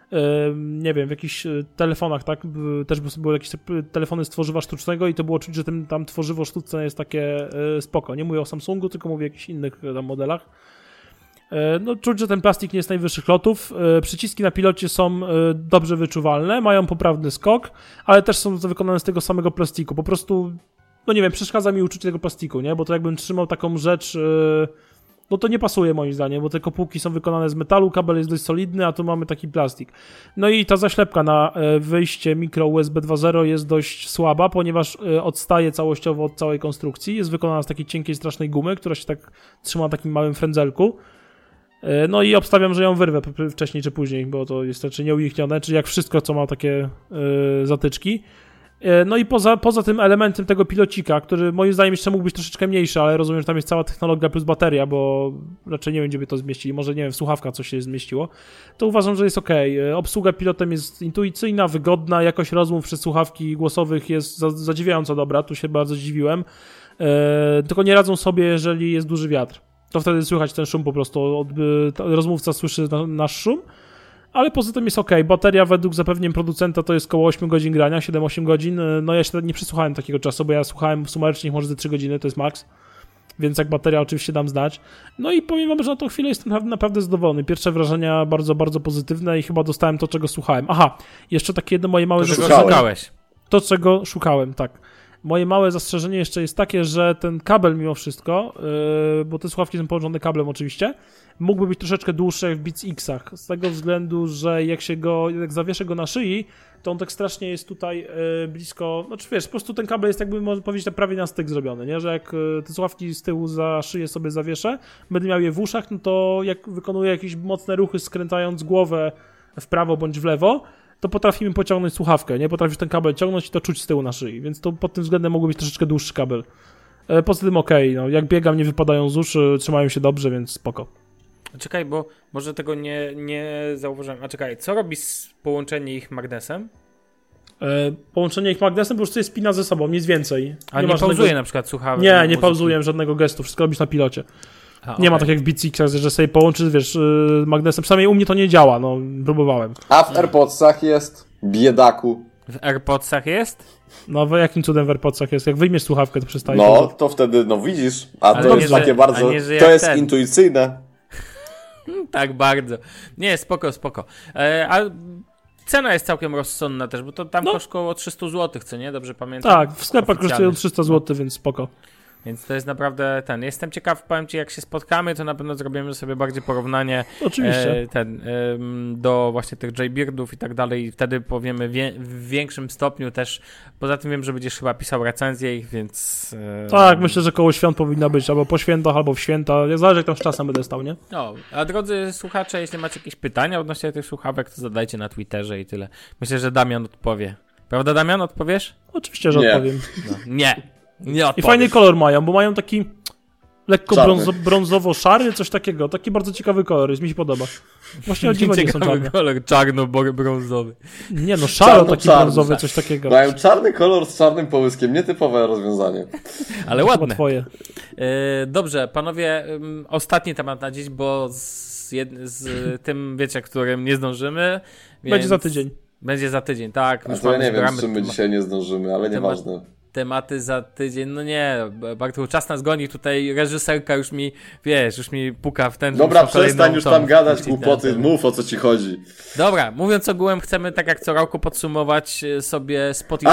[SPEAKER 3] nie wiem, w jakichś telefonach, tak? Też były jakieś telefony z tworzywa sztucznego i to było czuć, że tam tworzywo sztuczne jest takie spoko. Nie mówię o Samsungu, tylko mówię o jakichś innych tam modelach. No, czuć, że ten plastik nie jest najwyższych lotów. Przyciski na pilocie są dobrze wyczuwalne, mają poprawny skok, ale też są wykonane z tego samego plastiku. Po prostu, no nie wiem, przeszkadza mi uczucie tego plastiku, nie? Bo to jakbym trzymał taką rzecz, no to nie pasuje moim zdaniem, bo te kopułki są wykonane z metalu, kabel jest dość solidny, a tu mamy taki plastik. No i ta zaślepka na wyjście mikro USB 2.0 jest dość słaba, ponieważ odstaje całościowo od całej konstrukcji. Jest wykonana z takiej cienkiej, strasznej gumy, która się tak trzyma na takim małym frędzelku. No i obstawiam, że ją wyrwę wcześniej czy później, bo to jest raczej nieuniknione, czyli jak wszystko, co ma takie zatyczki. No i poza tym elementem tego pilocika, który moim zdaniem jeszcze mógł być troszeczkę mniejszy, ale rozumiem, że tam jest cała technologia plus bateria, bo raczej nie wiem, gdzie by to zmieścili, może nie wiem, w słuchawkach coś się zmieściło, to uważam, że jest okej. Obsługa pilotem jest intuicyjna, wygodna, jakość rozmów przez słuchawki głosowych jest zadziwiająco dobra, tu się bardzo zdziwiłem, tylko nie radzą sobie, jeżeli jest duży wiatr. To wtedy słychać ten szum po prostu, rozmówca słyszy nasz szum, ale poza tym jest okej. Bateria według zapewnień producenta to jest około 8 godzin grania, 7-8 godzin. No ja się nie przesłuchałem takiego czasu, bo ja słuchałem sumarycznie może ze 3 godziny, to jest maks. Więc jak bateria oczywiście dam znać. No i powiem wam, że na tą chwilę jestem naprawdę zadowolony. Pierwsze wrażenia bardzo, bardzo pozytywne i chyba dostałem to, czego słuchałem. Aha, jeszcze takie jedno moje małe
[SPEAKER 2] zastrzeżenie.
[SPEAKER 3] To, czego szukałem, tak. Moje małe zastrzeżenie jeszcze jest takie, że ten kabel mimo wszystko, bo te słuchawki są połączone kablem oczywiście, mógłby być troszeczkę dłuższy jak w Beats X-ach, z tego względu, że jak zawieszę go na szyi, to on tak strasznie jest tutaj blisko, znaczy wiesz, po prostu ten kabel jest jakby, można powiedzieć, prawie na styk zrobiony, nie? Że jak te słuchawki z tyłu za szyję sobie zawieszę, będę miał je w uszach, no to jak wykonuję jakieś mocne ruchy skręcając głowę w prawo bądź w lewo, to potrafimy pociągnąć słuchawkę, nie? Potrafisz ten kabel ciągnąć i to czuć z tyłu na szyi, więc to pod tym względem mógł być troszeczkę dłuższy kabel. Poza tym okej, no jak biegam nie wypadają z uszy, trzymają się dobrze, więc spoko.
[SPEAKER 2] Czekaj, bo może tego nie zauważyłem. A czekaj, co robi połączenie ich magnesem?
[SPEAKER 3] Połączenie ich magnesem po prostu je spina ze sobą, nic więcej.
[SPEAKER 2] A nie pauzuje żadnego... na przykład słuchawek?
[SPEAKER 3] Nie pauzuje żadnego gestu, wszystko robisz na pilocie.
[SPEAKER 2] Nie
[SPEAKER 3] ma tak jak w Beatsixach, że sobie połączysz, wiesz, magnesem. Przynajmniej u mnie to nie działa, no, próbowałem.
[SPEAKER 4] A w AirPodsach jest, biedaku.
[SPEAKER 2] W AirPodsach jest?
[SPEAKER 3] No, jakim cudem w AirPodsach jest? Jak wyjmiesz słuchawkę, to przestaje.
[SPEAKER 4] No, to wtedy, no widzisz, a to jest takie bardzo, to jest intuicyjne.
[SPEAKER 2] Tak, bardzo. Nie, spoko. A cena jest całkiem rozsądna też, bo to tam kosztowało 300 zł, co nie? Dobrze pamiętam?
[SPEAKER 3] Tak, w sklepach kosztują 300 zł, więc spoko.
[SPEAKER 2] Więc to jest naprawdę Jestem ciekaw, powiem ci, jak się spotkamy, to na pewno zrobimy sobie bardziej porównanie
[SPEAKER 3] oczywiście
[SPEAKER 2] do właśnie tych Jaybeardów i tak dalej i wtedy powiemy w większym stopniu też. Poza tym wiem, że będziesz chyba pisał recenzję ich, więc...
[SPEAKER 3] Tak, myślę, że koło świąt powinna być, albo po świętach, albo w święta. Nie zależy, jak tam z czasem będę stał, nie?
[SPEAKER 2] No, a drodzy słuchacze, jeśli macie jakieś pytania odnośnie tych słuchawek, to zadajcie na Twitterze i tyle. Myślę, że Damian odpowie. Prawda, Damian? Odpowiesz?
[SPEAKER 3] Oczywiście, że odpowiem.
[SPEAKER 2] No, nie
[SPEAKER 3] I fajny kolor mają, bo mają taki lekko brązowo-szary, coś takiego. Taki bardzo ciekawy kolor, jest mi się podoba. Właśnie o dziwo nie są czarne.
[SPEAKER 2] Kolor czarno-brązowy.
[SPEAKER 3] Nie no, szaro taki brązowy, coś takiego.
[SPEAKER 4] Mają czarny kolor z czarnym połyskiem, nietypowe rozwiązanie.
[SPEAKER 2] Ale ładne.
[SPEAKER 3] Twoje.
[SPEAKER 2] Dobrze, panowie, ostatni temat na dziś, bo z tym, wiecie, którym nie zdążymy.
[SPEAKER 3] Będzie za tydzień.
[SPEAKER 2] Będzie za tydzień, tak.
[SPEAKER 4] A to ja nie wiem, z czym my dzisiaj nie zdążymy, ale nieważne.
[SPEAKER 2] Tematy za tydzień, no nie, Bartu, czas nas goni, tutaj reżyserka już mi puka w ten...
[SPEAKER 4] Dobra, przestań już tam gadać głupoty, mów o co ci chodzi.
[SPEAKER 2] Dobra, mówiąc ogółem, chcemy tak jak co roku podsumować sobie Spotify.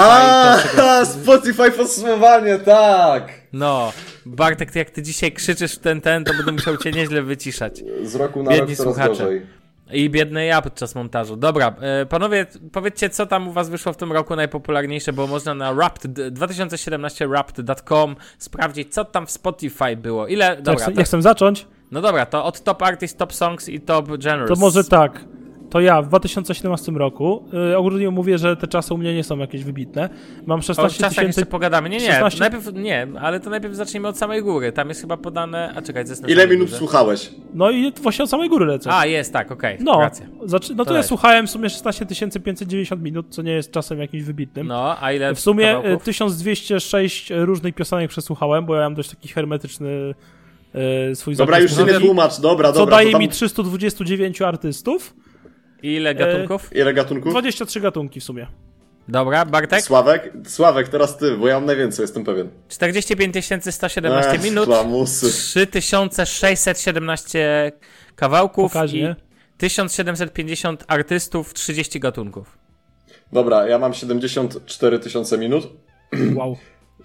[SPEAKER 4] Spotify podsumowanie, tak!
[SPEAKER 2] No, Bartek, jak ty dzisiaj krzyczysz w ten, to będę musiał cię nieźle wyciszać.
[SPEAKER 4] Z roku na rok coraz gorzej.
[SPEAKER 2] I biedny ja podczas montażu. Dobra, panowie, powiedzcie, co tam u was wyszło w tym roku najpopularniejsze, bo można na 2017 Wrapped.com sprawdzić, co tam w Spotify było. Ile... Dobra,
[SPEAKER 3] ja chcę zacząć.
[SPEAKER 2] No dobra, to od Top Artist, Top Songs i Top Genres.
[SPEAKER 3] To może tak. To ja w 2017 roku, ogólnie mówię, że te czasy u mnie nie są jakieś wybitne. Mam 16
[SPEAKER 2] czasach
[SPEAKER 3] tysięcy...
[SPEAKER 2] jeszcze pogadamy. Nie,
[SPEAKER 3] 16...
[SPEAKER 2] najpierw nie, ale to najpierw zacznijmy od samej góry. Tam jest chyba podane... A czekaj, co jest na
[SPEAKER 4] Ile
[SPEAKER 2] samej
[SPEAKER 4] minut
[SPEAKER 2] górze?
[SPEAKER 4] słuchałeś?
[SPEAKER 3] No i właśnie od samej góry lecę.
[SPEAKER 2] A, jest, tak, okej,
[SPEAKER 3] No,
[SPEAKER 2] racja.
[SPEAKER 3] no to
[SPEAKER 2] To
[SPEAKER 3] ja
[SPEAKER 2] leć.
[SPEAKER 3] słuchałem w sumie 16 590 minut, co nie jest czasem jakimś wybitnym.
[SPEAKER 2] No, a ile
[SPEAKER 3] W sumie
[SPEAKER 2] kawałków?
[SPEAKER 3] 1206 różnych piosenek przesłuchałem, bo ja mam dość taki hermetyczny swój
[SPEAKER 4] Dobra, już się nie tłumacz, dobra.
[SPEAKER 3] Co daje
[SPEAKER 4] to tam...
[SPEAKER 3] mi 329 artystów.
[SPEAKER 2] I ile gatunków?
[SPEAKER 4] Ile gatunków?
[SPEAKER 3] 23 gatunki w sumie.
[SPEAKER 2] Dobra, Bartek?
[SPEAKER 4] Sławek, teraz ty, bo ja mam najwięcej, jestem pewien.
[SPEAKER 2] 45 117 minut,
[SPEAKER 4] Klamusy.
[SPEAKER 2] 3617 kawałków
[SPEAKER 3] Pokaźnie.
[SPEAKER 2] i 1750 artystów, 30 gatunków.
[SPEAKER 4] Dobra, ja mam 74 tysiące minut,
[SPEAKER 3] Wow.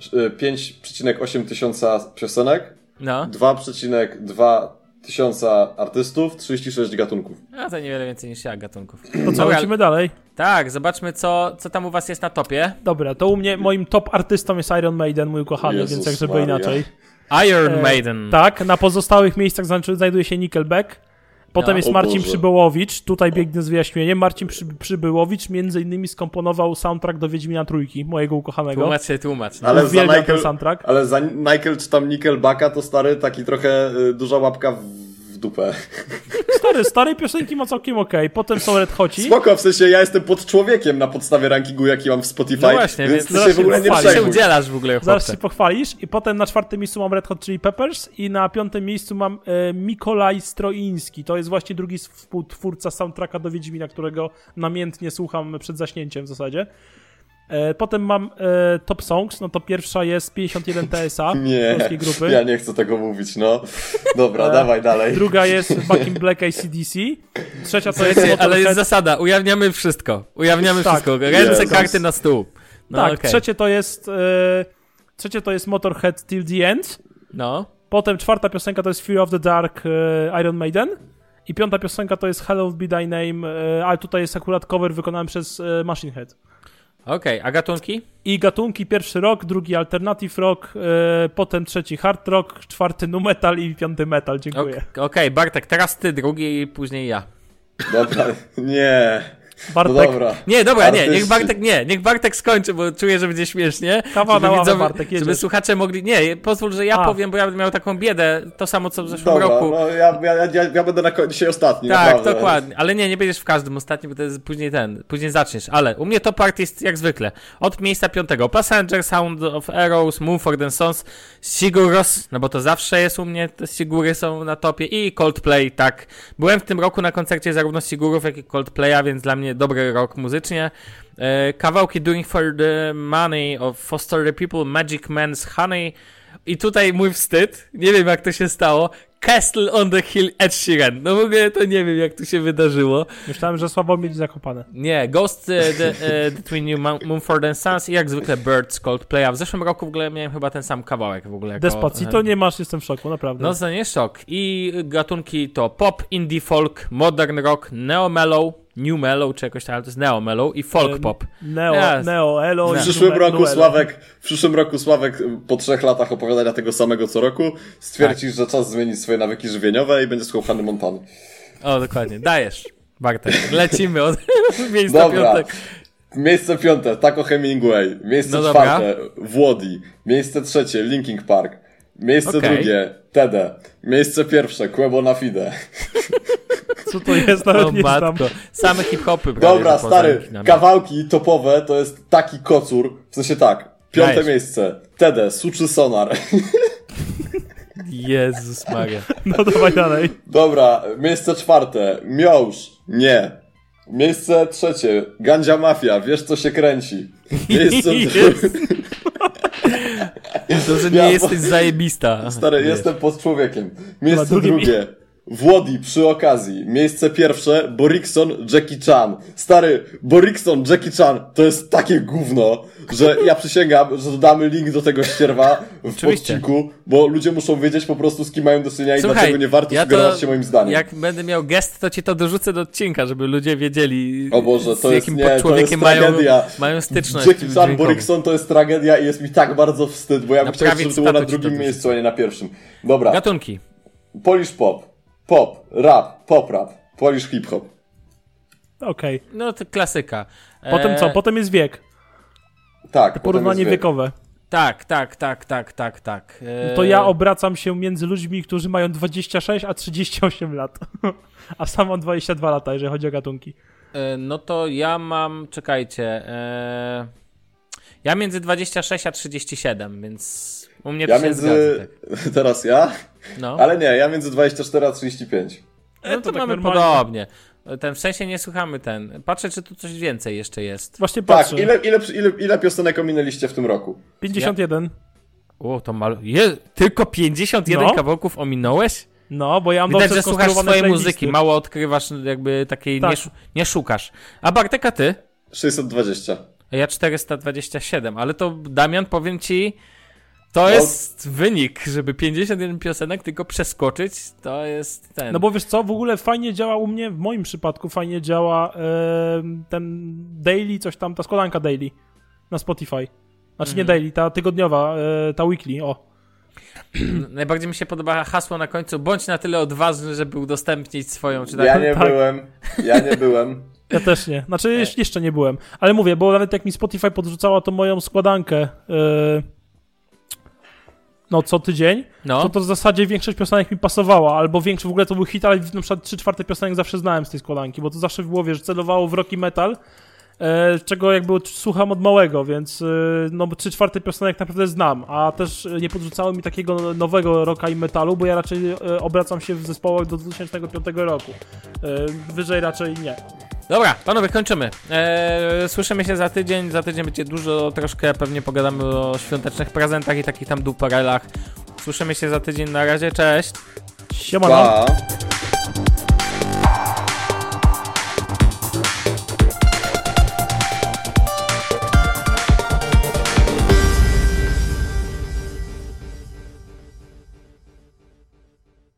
[SPEAKER 4] 5,8 tysiąca piosenek,
[SPEAKER 2] No,
[SPEAKER 4] 2,2 tysiąca artystów, 36 gatunków.
[SPEAKER 2] a to niewiele więcej niż ja gatunków.
[SPEAKER 3] To co,
[SPEAKER 2] Dobra,
[SPEAKER 3] lecimy dalej?
[SPEAKER 2] tak, zobaczmy co tam u was jest na topie.
[SPEAKER 3] Dobra, to u mnie moim top artystą jest Iron Maiden, mój ukochany,
[SPEAKER 4] Jezus
[SPEAKER 3] więc jak żeby
[SPEAKER 4] Maria.
[SPEAKER 3] inaczej.
[SPEAKER 2] Iron Maiden.
[SPEAKER 3] Tak, na pozostałych miejscach znajduje się Nickelback. Potem
[SPEAKER 2] No.
[SPEAKER 3] jest
[SPEAKER 4] O
[SPEAKER 3] Marcin
[SPEAKER 4] Boże.
[SPEAKER 3] Przybyłowicz, tutaj biegnę z wyjaśnieniem. Marcin Przybyłowicz między innymi skomponował soundtrack do Wiedźmina Trójki, mojego ukochanego.
[SPEAKER 2] Tłumacz.
[SPEAKER 4] Ale za
[SPEAKER 3] Uwielbiam ten
[SPEAKER 4] Nickel,
[SPEAKER 3] soundtrack.
[SPEAKER 4] ale za Nickel czy tam Nickelbacka to stary taki trochę duża łapka w dupę.
[SPEAKER 3] Stare piosenki ma całkiem okej. Potem są Red Hoci.
[SPEAKER 4] Spoko, w sensie ja jestem pod człowiekiem na podstawie rankingu, jaki mam w Spotify,
[SPEAKER 2] No właśnie,
[SPEAKER 4] więc
[SPEAKER 2] więc
[SPEAKER 4] ty się w ogóle nie
[SPEAKER 3] zaraz
[SPEAKER 2] Ty się
[SPEAKER 4] przejmuj.
[SPEAKER 2] udzielasz w ogóle,
[SPEAKER 3] Zaraz
[SPEAKER 2] chłopcze.
[SPEAKER 3] się pochwalisz. I potem na 4. miejscu mam Red Hot Chili Peppers i na 5. miejscu mam Mikolaj Stroiński. To jest właśnie drugi współtwórca soundtracka do Wiedźmina, którego namiętnie słucham przed zaśnięciem w zasadzie. Potem mam Top Songs, no to pierwsza jest 51 TSA
[SPEAKER 4] Nie,
[SPEAKER 3] polskiej grupy.
[SPEAKER 4] ja nie chcę tego mówić, no. Dobra, dawaj dalej.
[SPEAKER 3] Druga jest Back in Black AC/DC. Trzecia to jest
[SPEAKER 2] Ale jest
[SPEAKER 3] Motorhead.
[SPEAKER 2] zasada, ujawniamy wszystko.
[SPEAKER 3] Tak.
[SPEAKER 2] Wszystko. Ręce,
[SPEAKER 4] Jezus.
[SPEAKER 2] karty na stół. No,
[SPEAKER 3] Tak,
[SPEAKER 2] okej.
[SPEAKER 3] trzecie to jest Motorhead Till the End.
[SPEAKER 2] No.
[SPEAKER 3] Potem 4. piosenka to jest Fear of the Dark Iron Maiden. I 5. piosenka to jest Hallowed Be Thy Name, ale tutaj jest akurat cover wykonany przez Machine Head.
[SPEAKER 2] Okej, a gatunki?
[SPEAKER 3] I gatunki: pierwszy rock, drugi alternative rock, potem trzeci hard rock, 4. nu metal i 5. metal. Dziękuję.
[SPEAKER 2] Okej, Bartek, teraz ty, drugi i później ja.
[SPEAKER 4] Dobra, nie. No
[SPEAKER 3] Bartek,
[SPEAKER 4] dobra.
[SPEAKER 2] Nie, dobra, nie,
[SPEAKER 4] Artyści.
[SPEAKER 2] niech Bartek skończy, bo czuję, że będzie śmiesznie.
[SPEAKER 3] Kawa na ławę, Bartek, jedziesz.
[SPEAKER 2] żeby słuchacze mogli... Nie, pozwól, że ja powiem, bo ja będę miał taką biedę, to samo co w zeszłym
[SPEAKER 4] Dobra,
[SPEAKER 2] roku.
[SPEAKER 4] no ja będę dzisiaj ostatni,
[SPEAKER 2] Tak,
[SPEAKER 4] naprawdę.
[SPEAKER 2] dokładnie. Ale nie będziesz w każdym ostatnim, bo to jest później zaczniesz. Ale u mnie top artist jak zwykle. Od miejsca 5. Passenger, Sound of Arrows, Mumford & Sons, Sigur Rós, no bo to zawsze jest u mnie, te Sigury są na topie i Coldplay, tak. Byłem w tym roku na koncercie zarówno Sigurów, jak i Coldplaya, więc dla mnie dobry rok muzycznie. Kawałki Doing for the Money of Foster the People, Magic Man's Honey. I tutaj mój wstyd, nie wiem jak to się stało, Castle on the Hill Ed Sheeran. No w ogóle to nie wiem jak to się wydarzyło.
[SPEAKER 3] myślałem, że słabo mieć zakopane.
[SPEAKER 2] Nie, Ghost Between You, Mumford & Sons i jak zwykle Birds Coldplaya. W zeszłym roku w ogóle miałem chyba ten sam kawałek w ogóle. Jako,
[SPEAKER 3] Despacito nie masz, jestem w szoku, naprawdę.
[SPEAKER 2] No to nie szok. I gatunki to pop, indie folk, modern rock, neo mellow, new mellow, czy jakoś tak, ale to jest neo mellow i folk pop.
[SPEAKER 3] Elo.
[SPEAKER 4] W przyszłym roku Sławek po 3 latach opowiadania tego samego co roku stwierdzi, że czas zmienić swoje nawyki żywieniowe i będzie słuchał Hany Montany.
[SPEAKER 2] O, dokładnie. Dajesz, Bartek. Lecimy od miejsca
[SPEAKER 4] Dobra.
[SPEAKER 2] 5.
[SPEAKER 4] Miejsce 5. Taco Hemingway. Miejsce
[SPEAKER 2] No
[SPEAKER 4] 4. Włodi. Miejsce 3. Linkin Park. Miejsce
[SPEAKER 2] Okej.
[SPEAKER 4] 2. Tede. Miejsce 1. Quebo na Fide.
[SPEAKER 3] Co to jest? Nawet
[SPEAKER 2] O
[SPEAKER 3] nie znam.
[SPEAKER 2] matko. Same hip-hopy. prawie,
[SPEAKER 4] Dobra,
[SPEAKER 2] że poza
[SPEAKER 4] stary,
[SPEAKER 2] Linkinami.
[SPEAKER 4] kawałki topowe to jest taki kocur. W sensie tak. 5.
[SPEAKER 2] Dajesz.
[SPEAKER 4] miejsce. Tede. Suczy Sonar.
[SPEAKER 2] Jezus Maria.
[SPEAKER 3] No dawaj dalej.
[SPEAKER 4] Dobra, miejsce 4. Miąższ. Nie. Miejsce 3. Gandzia Mafia. Wiesz co się kręci. Miejsce
[SPEAKER 2] To, że nie jesteś zajebista.
[SPEAKER 4] Stary,
[SPEAKER 2] Wiesz.
[SPEAKER 4] jestem pod człowiekiem. Miejsce
[SPEAKER 3] drugie
[SPEAKER 4] drugie. Włodi przy okazji. Miejsce pierwsze. Borikson, Jackie Chan. Stary, Borikson, Jackie Chan to jest takie gówno, że ja przysięgam, że dodamy link do tego ścierwa w
[SPEAKER 2] Oczywiście.
[SPEAKER 4] odcinku, bo ludzie muszą wiedzieć po prostu z kim mają do czynienia i
[SPEAKER 2] Słuchaj,
[SPEAKER 4] dlaczego nie warto sugerować się moim zdaniem.
[SPEAKER 2] Jak będę miał gest, to ci to dorzucę do odcinka, żeby ludzie wiedzieli,
[SPEAKER 4] O Boże,
[SPEAKER 2] z
[SPEAKER 4] to jest,
[SPEAKER 2] jakim
[SPEAKER 4] nie, to jest
[SPEAKER 2] człowiekiem
[SPEAKER 4] tragedia.
[SPEAKER 2] mają styczność.
[SPEAKER 4] Jackie Chan,
[SPEAKER 2] dźwiękową.
[SPEAKER 4] Borikson to jest tragedia i jest mi tak bardzo wstyd, bo ja bym chciał,
[SPEAKER 2] Naprawić
[SPEAKER 4] żeby to było na
[SPEAKER 2] statut ci to
[SPEAKER 4] drugim
[SPEAKER 2] dorzucę.
[SPEAKER 4] miejscu, a nie na pierwszym. Dobra.
[SPEAKER 2] Gatunki.
[SPEAKER 4] Polish pop, rap, pop rap, Polish hip hop.
[SPEAKER 3] Okej.
[SPEAKER 2] No to klasyka.
[SPEAKER 3] Potem co? Potem jest wiek.
[SPEAKER 4] Tak,
[SPEAKER 3] Porównanie wiekowe.
[SPEAKER 2] Tak.
[SPEAKER 3] To ja obracam się między ludźmi, którzy mają 26 a 38 lat. A sam mam 22 lata, jeżeli chodzi o gatunki.
[SPEAKER 2] No to ja mam, czekajcie, ja między 26 a 37, więc u mnie to
[SPEAKER 4] Ja
[SPEAKER 2] się
[SPEAKER 4] między...
[SPEAKER 2] zgadza. Tak.
[SPEAKER 4] Teraz ja?
[SPEAKER 2] No.
[SPEAKER 4] Ale nie, ja między 24 a 35.
[SPEAKER 2] No to
[SPEAKER 3] tak
[SPEAKER 2] mamy
[SPEAKER 3] normalnie.
[SPEAKER 2] podobnie. W sensie nie słuchamy Patrzę, czy tu coś więcej jeszcze jest.
[SPEAKER 3] Właśnie
[SPEAKER 4] Tak,
[SPEAKER 3] patrzę.
[SPEAKER 4] ile piosenek ominęliście w tym roku?
[SPEAKER 3] 51.
[SPEAKER 2] O, to tylko 51
[SPEAKER 3] No.
[SPEAKER 2] kawałków ominąłeś?
[SPEAKER 3] No, bo ja mam
[SPEAKER 2] Widać,
[SPEAKER 3] dobrze
[SPEAKER 2] że słuchasz
[SPEAKER 3] skonstruowane
[SPEAKER 2] swojej
[SPEAKER 3] playlisty.
[SPEAKER 2] muzyki, mało odkrywasz, jakby takiej,
[SPEAKER 3] Tak.
[SPEAKER 2] nie szukasz. A Bartek, a ty?
[SPEAKER 4] 620.
[SPEAKER 2] A ja 427, ale to, Damian, powiem ci, to jest wynik, żeby 51 piosenek tylko przeskoczyć, to jest ten...
[SPEAKER 3] No bo wiesz co, w ogóle fajnie działa u mnie, w moim przypadku fajnie działa ten daily, coś tam, ta składanka daily na Spotify. Znaczy nie daily, ta tygodniowa, ta weekly, o.
[SPEAKER 2] Najbardziej mi się podoba hasło na końcu, bądź na tyle odważny, żeby udostępnić swoją, czy tak?
[SPEAKER 4] Ja nie
[SPEAKER 3] Tak.
[SPEAKER 4] byłem.
[SPEAKER 3] Ja też nie. Znaczy jeszcze nie byłem. Ale mówię, bo nawet jak mi Spotify podrzucała to moją składankę no co tydzień,
[SPEAKER 2] No.
[SPEAKER 3] to w zasadzie większość piosenek mi pasowała, albo większość, w ogóle to był hit, ale na przykład 3/4 piosenek zawsze znałem z tej składanki, bo to zawsze było, wiesz, celowało w rock i metal, czego jakby słucham od małego, więc no 3/4 piosenek naprawdę znam, a też nie podrzucało mi takiego nowego rocka i metalu, bo ja raczej obracam się w zespołach do 2005 roku. Wyżej raczej nie.
[SPEAKER 2] Dobra, panowie, kończymy. Słyszymy się za tydzień będzie dużo, troszkę pewnie pogadamy o świątecznych prezentach i takich tam duperelach. Słyszymy się za tydzień, na razie, cześć!
[SPEAKER 3] Siemano.
[SPEAKER 4] Pa.